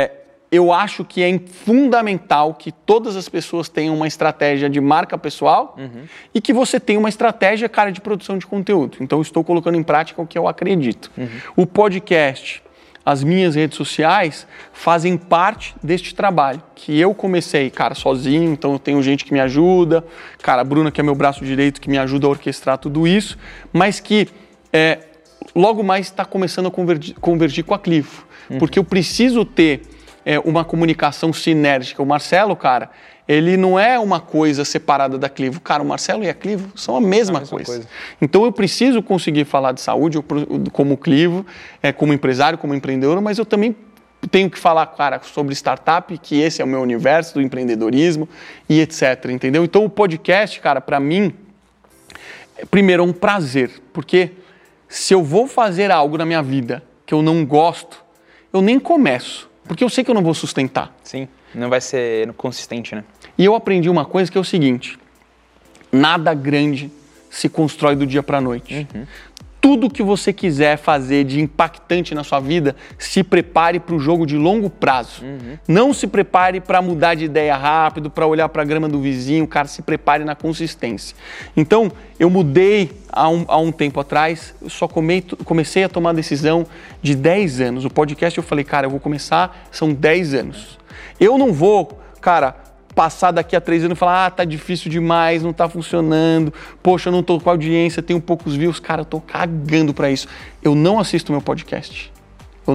eu acho que é fundamental que todas as pessoas tenham uma estratégia de marca pessoal e que você tenha uma estratégia, cara, de produção de conteúdo. Então, eu estou colocando em prática o que eu acredito. O podcast, as minhas redes sociais fazem parte deste trabalho, que eu comecei, cara, sozinho, então eu tenho gente que me ajuda, cara, a Bruna, que é meu braço direito, que me ajuda a orquestrar tudo isso, mas que logo mais está começando a convergir com a Clivo, porque eu preciso ter uma comunicação sinérgica. O Marcelo, cara, ele não é uma coisa separada da Clivo. Cara, o Marcelo e a Clivo são a mesma coisa. Então eu preciso conseguir falar de saúde como Clivo, como empresário, como empreendedor, mas eu também tenho que falar, cara, sobre startup, que esse é o meu universo do empreendedorismo e etc, entendeu? Então o podcast, cara, para mim, primeiro é um prazer, porque se eu vou fazer algo na minha vida que eu não gosto, eu nem começo. Porque eu sei que eu não vou sustentar. Sim, não vai ser consistente, né? E eu aprendi uma coisa que é o seguinte: nada grande se constrói do dia para a noite. Tudo que você quiser fazer de impactante na sua vida, se prepare para o jogo de longo prazo. Não se prepare para mudar de ideia rápido, para olhar para a grama do vizinho, cara, se prepare na consistência. Então, eu mudei há um tempo atrás, eu só comecei a tomar a decisão de 10 anos. O podcast eu falei, cara, eu vou começar, são 10 anos. Eu não vou, cara, passar daqui a 3 anos e falar, tá difícil demais, não tá funcionando, poxa, eu não tô com audiência, tenho poucos views, cara, eu tô cagando pra isso. Eu não assisto meu podcast. Eu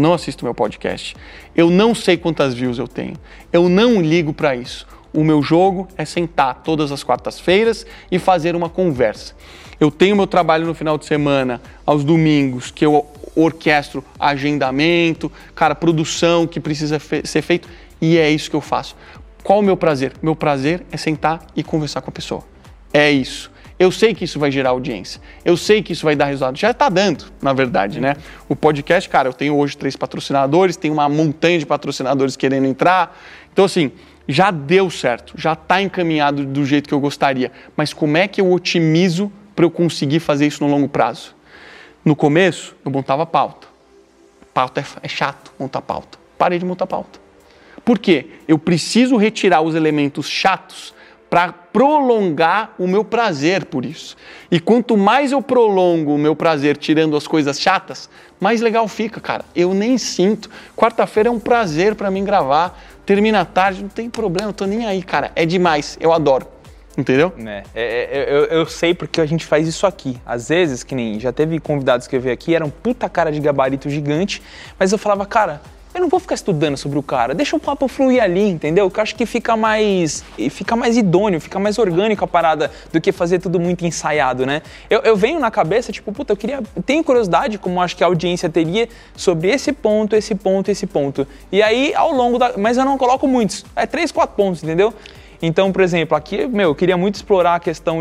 não sei quantas views eu tenho. Eu não ligo pra isso. O meu jogo é sentar todas as quartas-feiras e fazer uma conversa. Eu tenho meu trabalho no final de semana, aos domingos, que eu orquestro agendamento, cara, produção que precisa ser feito, e é isso que eu faço. Qual o meu prazer? Meu prazer é sentar e conversar com a pessoa. É isso. Eu sei que isso vai gerar audiência. Eu sei que isso vai dar resultado. Já está dando, na verdade, né? O podcast, cara, eu tenho hoje 3 patrocinadores, tenho uma montanha de patrocinadores querendo entrar. Então, assim, já deu certo, já está encaminhado do jeito que eu gostaria. Mas como é que eu otimizo para eu conseguir fazer isso no longo prazo? No começo, eu montava pauta. Pauta é chato, montar pauta. Parei de montar pauta. Por quê? Eu preciso retirar os elementos chatos para prolongar o meu prazer por isso. E quanto mais eu prolongo o meu prazer tirando as coisas chatas, mais legal fica, cara. Eu nem sinto. Quarta-feira é um prazer para mim gravar. Termina tarde, não tem problema, não tô nem aí, cara. É demais, eu adoro. Entendeu? Eu sei porque a gente faz isso aqui. Às vezes, que nem já teve convidados que eu vi aqui, eram puta cara de gabarito gigante, mas eu falava, cara, eu não vou ficar estudando sobre o cara, deixa o papo fluir ali, entendeu? Que eu acho que fica mais idôneo, fica mais orgânico a parada do que fazer tudo muito ensaiado, né? Eu venho na cabeça, tipo, puta, tenho curiosidade, como acho que a audiência teria, sobre esse ponto. E aí, ao longo mas eu não coloco muitos, 3, 4 pontos, entendeu? Então, por exemplo, aqui, eu queria muito explorar a questão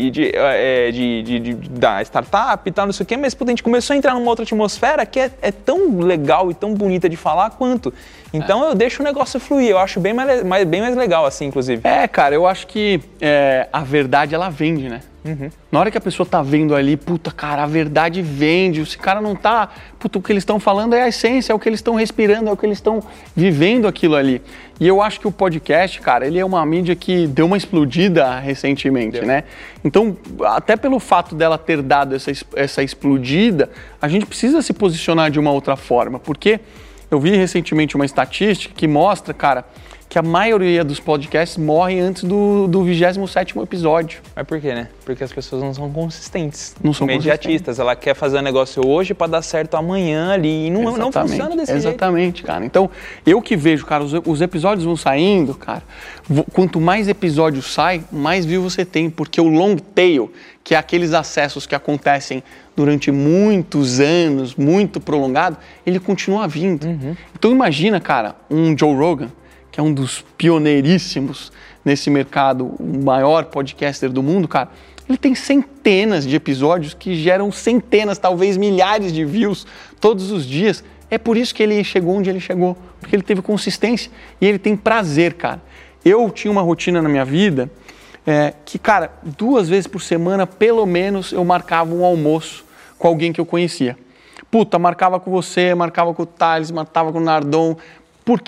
da startup e tal, não sei o quê, mas a gente começou a entrar numa outra atmosfera que é tão legal e tão bonita de falar quanto. Então, eu deixo o negócio fluir, eu acho bem mais legal assim, inclusive. Cara, eu acho que a verdade, ela vende, né? Na hora que a pessoa tá vendo ali, puta, cara, a verdade vende, esse cara não tá... Puta, o que eles estão falando é a essência, é o que eles estão respirando, é o que eles estão vivendo aquilo ali. E eu acho que o podcast, cara, ele é uma mídia que deu uma explodida recentemente, né? Então, até pelo fato dela ter dado essa explodida, a gente precisa se posicionar de uma outra forma, porque eu vi recentemente uma estatística que mostra, cara, que a maioria dos podcasts morrem antes do 27º episódio. Mas por quê, né? Porque as pessoas não são consistentes. Não são imediatistas. Ela quer fazer um negócio hoje para dar certo amanhã ali. E não funciona desse jeito. Exatamente, cara. Então, eu que vejo, cara, os episódios vão saindo, cara. Quanto mais episódios sai, mais view você tem. Porque o long tail, que é aqueles acessos que acontecem durante muitos anos, muito prolongado, ele continua vindo. Então, imagina, cara, um Joe Rogan, que é um dos pioneiríssimos nesse mercado, o maior podcaster do mundo, cara, ele tem centenas de episódios que geram centenas, talvez milhares de views todos os dias. É por isso que ele chegou onde ele chegou, porque ele teve consistência e ele tem prazer, cara. Eu tinha uma rotina na minha vida que, cara, 2 vezes por semana, pelo menos, eu marcava um almoço com alguém que eu conhecia. Puta, marcava com você, marcava com o Thales, marcava com o Nardon. Por quê?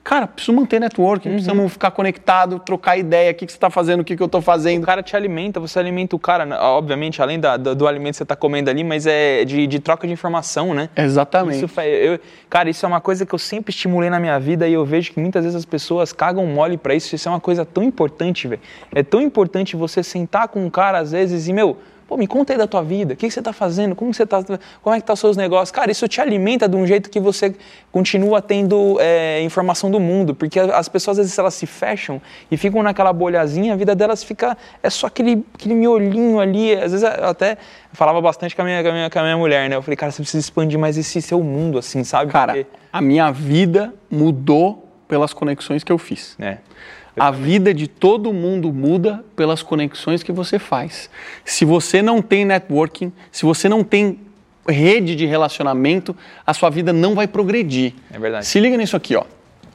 Cara, preciso manter networking, precisamos ficar conectado, trocar ideia, o que você está fazendo, o que eu estou fazendo. O cara te alimenta, você alimenta o cara, né? Obviamente, além do alimento que você está comendo ali, mas é de troca de informação, né? Exatamente. Cara, isso é uma coisa que eu sempre estimulei na minha vida e eu vejo que muitas vezes as pessoas cagam mole pra isso. Isso é uma coisa tão importante, velho. É tão importante você sentar com um cara às vezes e, pô, me conta aí da tua vida, o que você tá fazendo, como é que tá os seus negócios? Cara, isso te alimenta de um jeito que você continua tendo informação do mundo, porque as pessoas, às vezes, elas se fecham e ficam naquela bolhazinha, a vida delas fica, só aquele miolinho ali, às vezes eu até falava bastante com a minha mulher, né? Eu falei, cara, você precisa expandir mais esse seu mundo, assim, sabe? Cara, a minha vida mudou pelas conexões que eu fiz. A vida de todo mundo muda pelas conexões que você faz. Se você não tem networking, se você não tem rede de relacionamento, a sua vida não vai progredir. É verdade. Se liga nisso aqui, ó.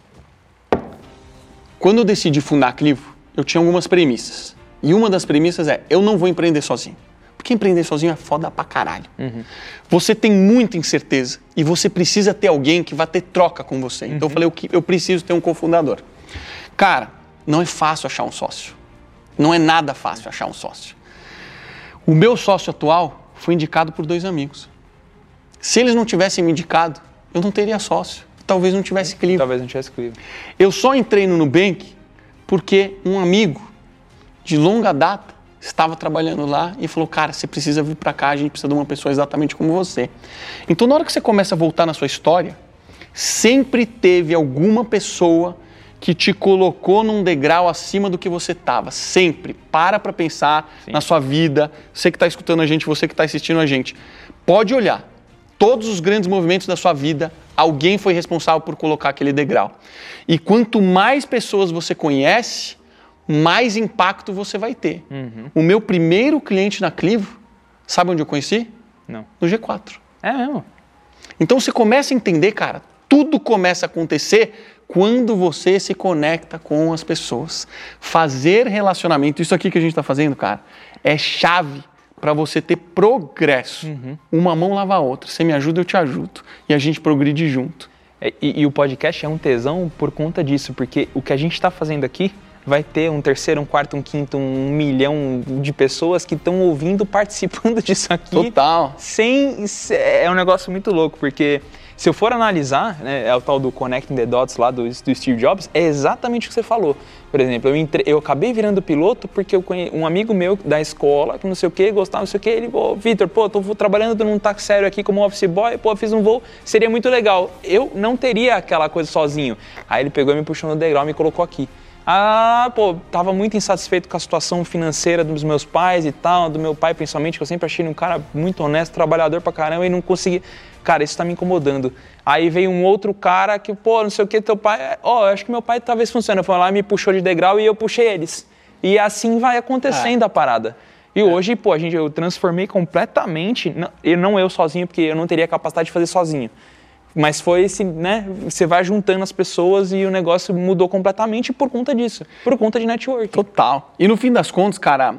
Quando eu decidi fundar a Clivo, eu tinha algumas premissas. E uma das premissas é, eu não vou empreender sozinho. Porque empreender sozinho é foda pra caralho. Você tem muita incerteza e você precisa ter alguém que vai ter troca com você. Então eu falei, eu preciso ter um cofundador. Cara, não é fácil achar um sócio. Não é nada fácil achar um sócio. O meu sócio atual foi indicado por 2 amigos. Se eles não tivessem me indicado, eu não teria sócio. Talvez não tivesse Clivo. Talvez não tivesse Clivo. Eu só entrei no Nubank porque um amigo de longa data estava trabalhando lá e falou, cara, você precisa vir para cá, a gente precisa de uma pessoa exatamente como você. Então, na hora que você começa a voltar na sua história, sempre teve alguma pessoa que te colocou num degrau acima do que você estava. Sempre. Para pensar na sua vida. Você que está escutando a gente, você que está assistindo a gente. Pode olhar. Todos os grandes movimentos da sua vida, alguém foi responsável por colocar aquele degrau. E quanto mais pessoas você conhece, mais impacto você vai ter. O meu primeiro cliente na Clivo, sabe onde eu conheci? Não. No G4. É mesmo? Então você começa a entender, cara, tudo começa a acontecer quando você se conecta com as pessoas. Fazer relacionamento, isso aqui que a gente está fazendo, cara, é chave para você ter progresso. Uma mão lava a outra. Você me ajuda, eu te ajudo. E a gente progride junto. E o podcast é um tesão por conta disso, porque o que a gente está fazendo aqui vai ter um terceiro, um quarto, um quinto, 1 milhão de pessoas que estão ouvindo, participando disso aqui. Total. É um negócio muito louco, porque se eu for analisar, né, é o tal do Connecting the Dots lá do Steve Jobs, é exatamente o que você falou. Por exemplo, eu acabei virando piloto porque eu conheci um amigo meu da escola, que não sei o que, gostava, não sei o que, ele, Vitor, tô trabalhando num táxi sério aqui como office boy, fiz um voo, seria muito legal. Eu não teria aquela coisa sozinho. Aí ele pegou e me puxou no degrau e me colocou aqui. Tava muito insatisfeito com a situação financeira dos meus pais e tal, do meu pai principalmente, que eu sempre achei ele um cara muito honesto, trabalhador pra caramba e não conseguia. Cara, isso tá me incomodando. Aí veio um outro cara que, não sei o que, teu pai... eu acho que meu pai talvez funcione. Eu fui lá, me puxou de degrau e eu puxei eles. E assim vai acontecendo a parada. E hoje, eu transformei completamente, não eu sozinho, porque eu não teria capacidade de fazer sozinho. Mas foi esse, né? Você vai juntando as pessoas e o negócio mudou completamente por conta disso. Por conta de network. Total. E no fim das contas, cara,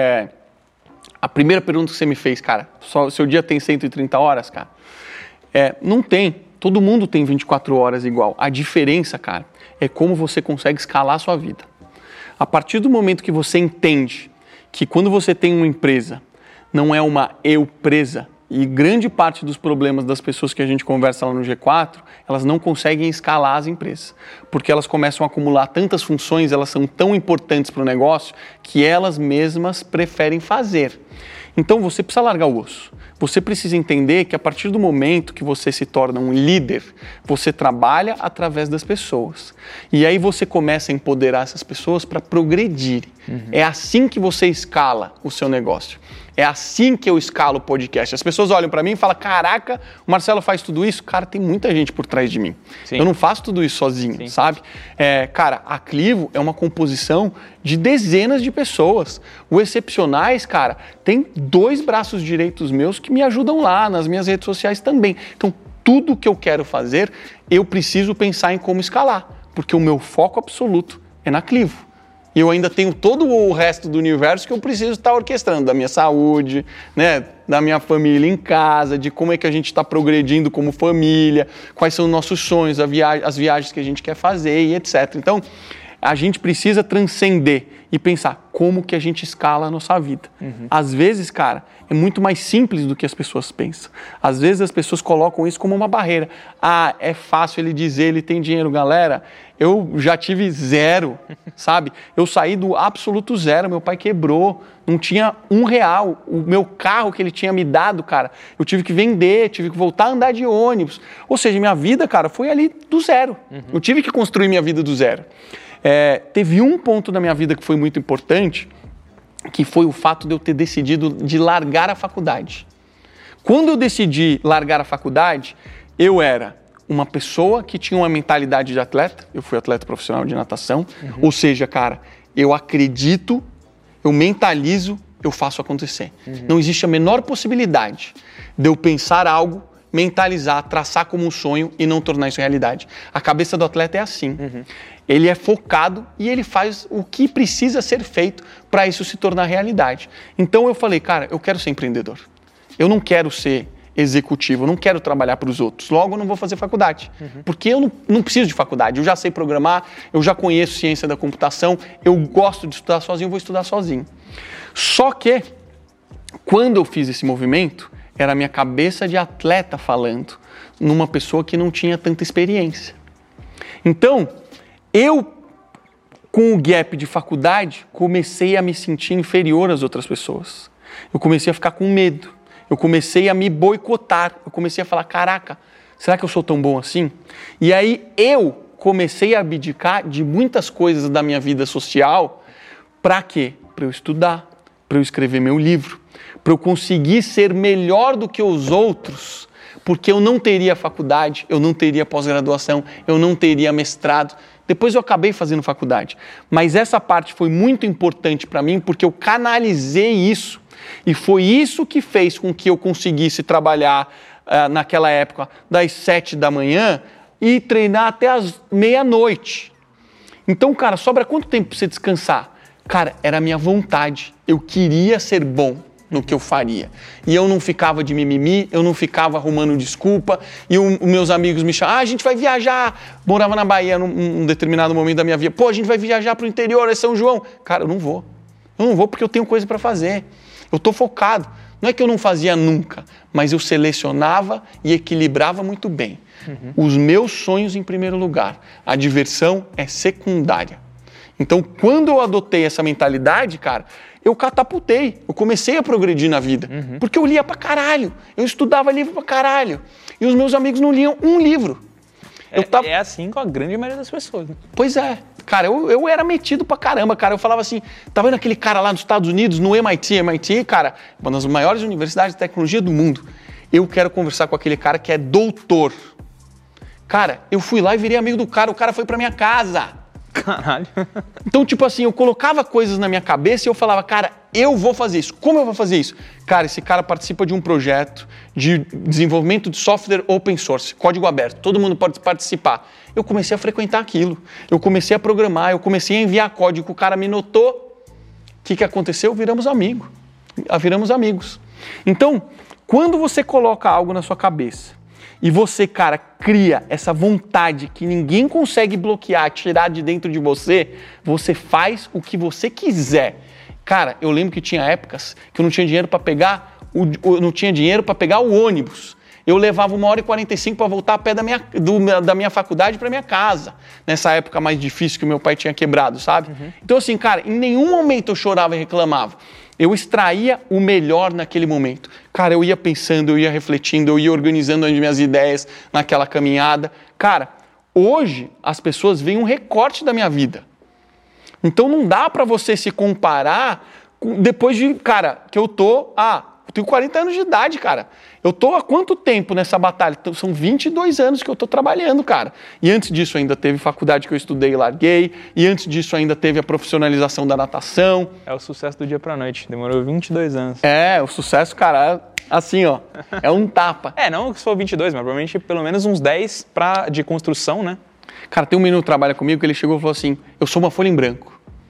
a primeira pergunta que você me fez, cara, seu dia tem 130 horas, cara? Não tem. Todo mundo tem 24 horas igual. A diferença, cara, é como você consegue escalar a sua vida. A partir do momento que você entende que quando você tem uma empresa, não é uma eu-presa, e grande parte dos problemas das pessoas que a gente conversa lá no G4, elas não conseguem escalar as empresas, porque elas começam a acumular tantas funções, elas são tão importantes para o negócio, que elas mesmas preferem fazer. Então você precisa largar o osso. Você precisa entender que a partir do momento que você se torna um líder, você trabalha através das pessoas. E aí você começa a empoderar essas pessoas para progredirem. É assim que você escala o seu negócio. É assim que eu escalo o podcast. As pessoas olham para mim e falam, caraca, o Marcelo faz tudo isso? Cara, tem muita gente por trás de mim. Sim. Eu não faço tudo isso sozinho, sabe? Cara, a Clivo é uma composição de dezenas de pessoas. O Excepcionais, cara, tem 2 braços direitos meus que me ajudam lá, nas minhas redes sociais também. Então, tudo que eu quero fazer, eu preciso pensar em como escalar, porque o meu foco absoluto é na Clivo. E eu ainda tenho todo o resto do universo que eu preciso estar orquestrando, da minha saúde, né, da minha família em casa, de como é que a gente está progredindo como família, quais são os nossos sonhos, as viagens que a gente quer fazer e etc. Então, a gente precisa transcender e pensar como que a gente escala a nossa vida. Às vezes, cara, é muito mais simples do que as pessoas pensam. Às vezes as pessoas colocam isso como uma barreira. Ah, é fácil ele dizer, ele tem dinheiro. Galera, eu já tive 0, sabe? Eu saí do absoluto 0, meu pai quebrou, não tinha R$1. O meu carro que ele tinha me dado, cara, eu tive que vender, tive que voltar a andar de ônibus. Ou seja, minha vida, cara, foi ali do 0. Eu tive que construir minha vida do 0. Teve um ponto da minha vida que foi muito importante, que foi o fato de eu ter decidido de largar a faculdade. Quando eu decidi largar a faculdade, eu era uma pessoa que tinha uma mentalidade de atleta, eu fui atleta profissional de natação, ou seja, cara, eu acredito, eu mentalizo, eu faço acontecer. Não existe a menor possibilidade de eu pensar algo, mentalizar, traçar como um sonho e não tornar isso realidade. A cabeça do atleta é assim. Ele é focado e ele faz o que precisa ser feito para isso se tornar realidade. Então eu falei, cara, eu quero ser empreendedor. Eu não quero ser executivo, eu não quero trabalhar para os outros. Logo, eu não vou fazer faculdade. Porque eu não preciso de faculdade. Eu já sei programar, eu já conheço ciência da computação, eu gosto de estudar sozinho, eu vou estudar sozinho. Só que, quando eu fiz esse movimento, era a minha cabeça de atleta falando, numa pessoa que não tinha tanta experiência. Então, eu, com o gap de faculdade, comecei a me sentir inferior às outras pessoas. Eu comecei a ficar com medo. Eu comecei a me boicotar. Eu comecei a falar, caraca, será que eu sou tão bom assim? E aí eu comecei a abdicar de muitas coisas da minha vida social. Para quê? Para eu estudar, para eu escrever meu livro, para eu conseguir ser melhor do que os outros, porque eu não teria faculdade, eu não teria pós-graduação, eu não teria mestrado. Depois eu acabei fazendo faculdade. Mas essa parte foi muito importante para mim, porque eu canalizei isso. E foi isso que fez com que eu conseguisse trabalhar naquela época das 7 da manhã e treinar até as meia-noite. Então, cara, sobra quanto tempo para você descansar? Cara, era a minha vontade. Eu queria ser bom no que eu faria. E eu não ficava de mimimi, eu não ficava arrumando desculpa. E os meus amigos me chamavam, a gente vai viajar. Morava na Bahia num determinado momento da minha vida. Pô, a gente vai viajar para o interior, é São João. Cara, eu não vou. Eu não vou porque eu tenho coisa para fazer. Eu estou focado. Não é que eu não fazia nunca, mas eu selecionava e equilibrava muito bem. Os meus sonhos em primeiro lugar. A diversão é secundária. Então, quando eu adotei essa mentalidade, cara, eu catapultei. Eu comecei a progredir na vida. Porque eu lia pra caralho. Eu estudava livro pra caralho. E os meus amigos não liam um livro. É assim com a grande maioria das pessoas. Né? Pois é. Cara, eu era metido pra caramba, cara. Eu falava assim, tá vendo aquele cara lá nos Estados Unidos, no MIT, cara, uma das maiores universidades de tecnologia do mundo. Eu quero conversar com aquele cara que é doutor. Cara, eu fui lá e virei amigo do cara, o cara foi pra minha casa. Caralho. Então, tipo assim, eu colocava coisas na minha cabeça e eu falava, cara, eu vou fazer isso. Como eu vou fazer isso? Cara, esse cara participa de um projeto de desenvolvimento de software open source, código aberto, todo mundo pode participar. Eu comecei a frequentar aquilo, eu comecei a programar, eu comecei a enviar código, o cara me notou. O que aconteceu? Viramos amigos. Então, quando você coloca algo na sua cabeça, e você, cara, cria essa vontade que ninguém consegue bloquear, tirar de dentro de você, você faz o que você quiser. Cara, eu lembro que tinha épocas que eu não tinha dinheiro para pegar o ônibus. Eu levava 1h45 para voltar a pé da minha faculdade para minha casa. Nessa época mais difícil que o meu pai tinha quebrado, sabe? Então assim, cara, em nenhum momento eu chorava e reclamava. Eu extraía o melhor naquele momento. Cara, eu ia pensando, eu ia refletindo, eu ia organizando as minhas ideias naquela caminhada. Cara, hoje as pessoas veem um recorte da minha vida. Então não dá para você se comparar depois de, cara, que eu tenho 40 anos de idade, cara. Eu tô há quanto tempo nessa batalha? São 22 anos que eu tô trabalhando, cara. E antes disso ainda teve faculdade que eu estudei e larguei. E antes disso ainda teve a profissionalização da natação. É o sucesso do dia pra noite. Demorou 22 anos. O sucesso, cara, assim, ó. É um tapa. Não que se for 22, mas provavelmente pelo menos uns 10 de construção, né? Cara, tem um menino que trabalha comigo que ele chegou e falou assim, eu sou uma folha em branco.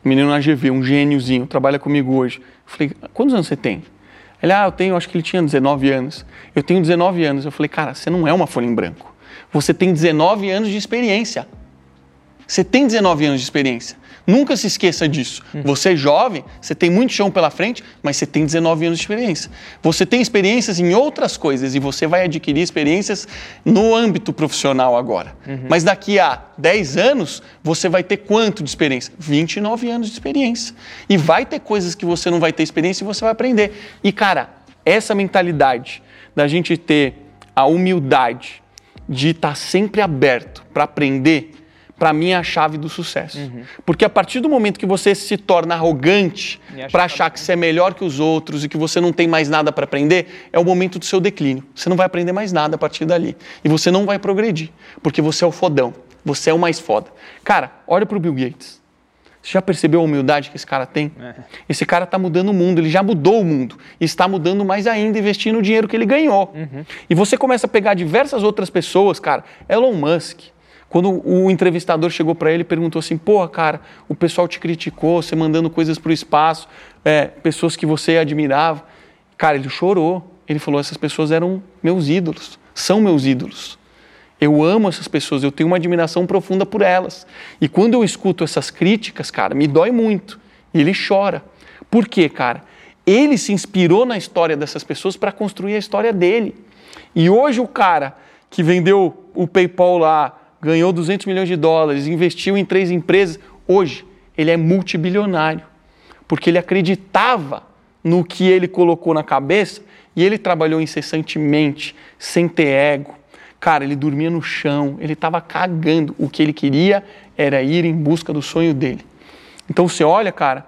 menino na GV, um gêniozinho, trabalha comigo hoje. Eu falei, quantos anos você tem? Ele, eu tenho, acho que ele tinha 19 anos. Eu tenho 19 anos. Eu falei, cara, você não é uma folha em branco. Você tem 19 anos de experiência. Você tem 19 anos de experiência. Nunca se esqueça disso. Você é jovem, você tem muito chão pela frente, mas você tem 19 anos de experiência. Você tem experiências em outras coisas e você vai adquirir experiências no âmbito profissional agora. Mas daqui a 10 anos, você vai ter quanto de experiência? 29 anos de experiência. E vai ter coisas que você não vai ter experiência e você vai aprender. E, cara, essa mentalidade da gente ter a humildade de estar sempre aberto para aprender, para mim é a chave do sucesso. Porque a partir do momento que você se torna arrogante para achar que você é melhor que os outros e que você não tem mais nada para aprender, é o momento do seu declínio. Você não vai aprender mais nada a partir dali. E você não vai progredir, porque você é o fodão. Você é o mais foda. Cara, olha para o Bill Gates. Você já percebeu a humildade que esse cara tem? Esse cara está mudando o mundo, ele já mudou o mundo. E está mudando mais ainda, investindo o dinheiro que ele ganhou. E você começa a pegar diversas outras pessoas, cara. Elon Musk. Quando o entrevistador chegou para ele e perguntou assim, porra, cara, o pessoal te criticou, você mandando coisas para o espaço, pessoas que você admirava. Cara, ele chorou. Ele falou, essas pessoas eram meus ídolos, são meus ídolos. Eu amo essas pessoas, eu tenho uma admiração profunda por elas. E quando eu escuto essas críticas, cara, me dói muito. E ele chora. Por quê, cara? Ele se inspirou na história dessas pessoas para construir a história dele. E hoje o cara que vendeu o PayPal lá, ganhou 200 milhões de dólares, investiu em 3 empresas. Hoje, ele é multibilionário, porque ele acreditava no que ele colocou na cabeça e ele trabalhou incessantemente, sem ter ego. Cara, ele dormia no chão, ele estava cagando. O que ele queria era ir em busca do sonho dele. Então você olha, cara,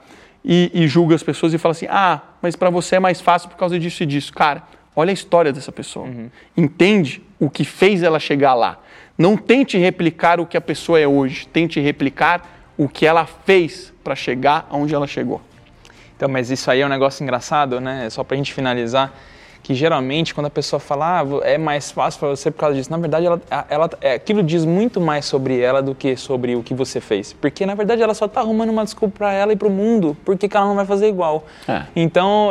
e julga as pessoas e fala assim, mas para você é mais fácil por causa disso e disso. Cara, olha a história dessa pessoa. Entende o que fez ela chegar lá. Não tente replicar o que a pessoa é hoje, tente replicar o que ela fez para chegar aonde ela chegou. Então, mas isso aí é um negócio engraçado, né? Só pra gente finalizar, que geralmente quando a pessoa fala, é mais fácil para você por causa disso, na verdade aquilo diz muito mais sobre ela do que sobre o que você fez. Porque na verdade ela só tá arrumando uma desculpa para ela e pro mundo, porque ela não vai fazer igual. Então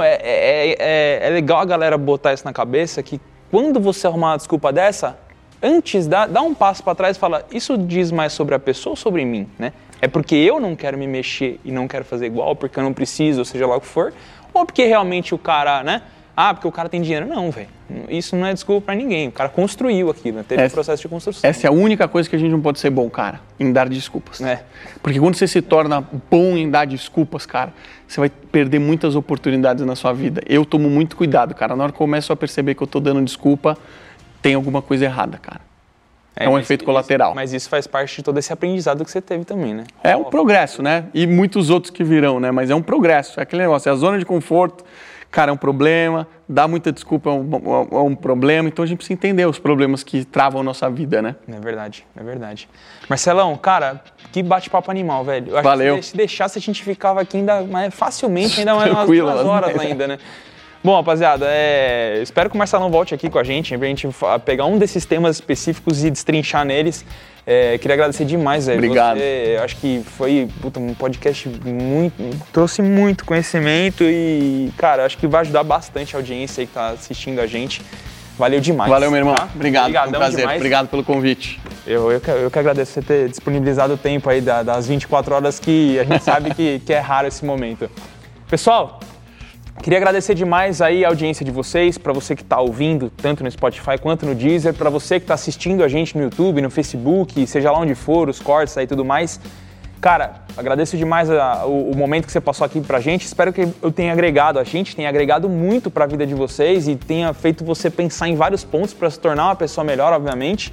é legal a galera botar isso na cabeça, que quando você arrumar uma desculpa dessa, antes, dá um passo para trás e fala, isso diz mais sobre a pessoa ou sobre mim, né? É porque eu não quero me mexer e não quero fazer igual, porque eu não preciso, ou seja lá o que for, ou porque realmente o cara, né? Porque o cara tem dinheiro. Não, velho. Isso não é desculpa para ninguém. O cara construiu aquilo, né? Teve um processo de construção. Essa é a única coisa que a gente não pode ser bom, cara, em dar desculpas. Porque quando você se torna bom em dar desculpas, cara, você vai perder muitas oportunidades na sua vida. Eu tomo muito cuidado, cara. Na hora que eu começo a perceber que eu tô dando desculpa, tem alguma coisa errada, cara. É um efeito colateral. Mas isso faz parte de todo esse aprendizado que você teve também, né? É um progresso, né? E muitos outros que virão, né? Mas é um progresso. É aquele negócio, é a zona de conforto, cara, é um problema, dar muita desculpa é um problema. Então a gente precisa entender os problemas que travam a nossa vida, né? É verdade, é verdade. Marcelão, cara, que bate-papo animal, velho. Eu acho Valeu. Que se deixasse, a gente ficava aqui ainda mais facilmente, ainda mais umas 2 horas ainda, né? Bom, rapaziada, espero que o Marcelão volte aqui com a gente, pra gente pegar um desses temas específicos e destrinchar neles. Queria agradecer demais, velho. Obrigado. Acho que foi um podcast trouxe muito conhecimento e, cara, acho que vai ajudar bastante a audiência aí que tá assistindo a gente. Valeu demais. Valeu, meu irmão. Tá? Obrigado, foi um prazer. Demais. Obrigado pelo convite. Eu que agradeço você ter disponibilizado o tempo aí das 24 horas que a gente sabe que é raro esse momento. Pessoal, queria agradecer demais aí a audiência de vocês, para você que está ouvindo, tanto no Spotify quanto no Deezer, para você que está assistindo a gente no YouTube, no Facebook, seja lá onde for, os cortes aí e tudo mais. Cara, agradeço demais o momento que você passou aqui pra gente, espero que eu tenha agregado, a gente tenha agregado muito para a vida de vocês e tenha feito você pensar em vários pontos para se tornar uma pessoa melhor, obviamente.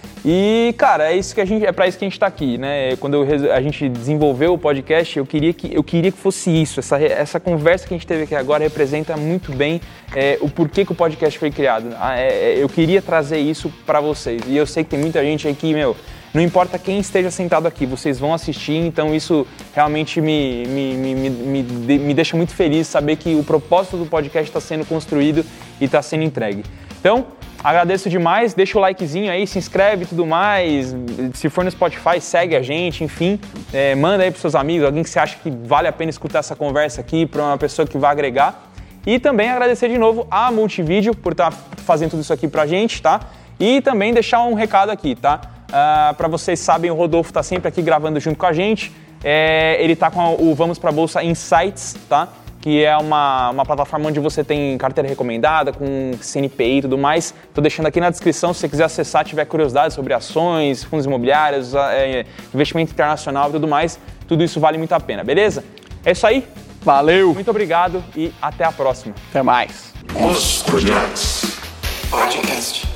E, cara, é para isso que a gente está aqui, né? Quando a gente desenvolveu o podcast, eu queria que fosse isso. Essa conversa que a gente teve aqui agora representa muito bem o porquê que o podcast foi criado. Eu queria trazer isso para vocês. E eu sei que tem muita gente aí que, não importa quem esteja sentado aqui, vocês vão assistir, então isso realmente me deixa muito feliz saber que o propósito do podcast está sendo construído e está sendo entregue. Então, Agradeço demais, deixa o likezinho aí, se inscreve e tudo mais. Se for no Spotify, segue a gente, enfim. Manda aí pros seus amigos, alguém que você acha que vale a pena escutar essa conversa aqui, para uma pessoa que vai agregar. E também agradecer de novo a Multivídeo por estar fazendo tudo isso aqui pra gente, tá? E também deixar um recado aqui, tá? Para vocês sabem, o Rodolfo tá sempre aqui gravando junto com a gente. Ele tá com o Vamos Pra Bolsa Insights, tá? Que é uma plataforma onde você tem carteira recomendada, com CNPI e tudo mais. Tô deixando aqui na descrição, se você quiser acessar, tiver curiosidade sobre ações, fundos imobiliários, investimento internacional e tudo mais, tudo isso vale muito a pena, beleza? É isso aí. Valeu! Muito obrigado e até a próxima. Até mais. Os Projetos Podcast.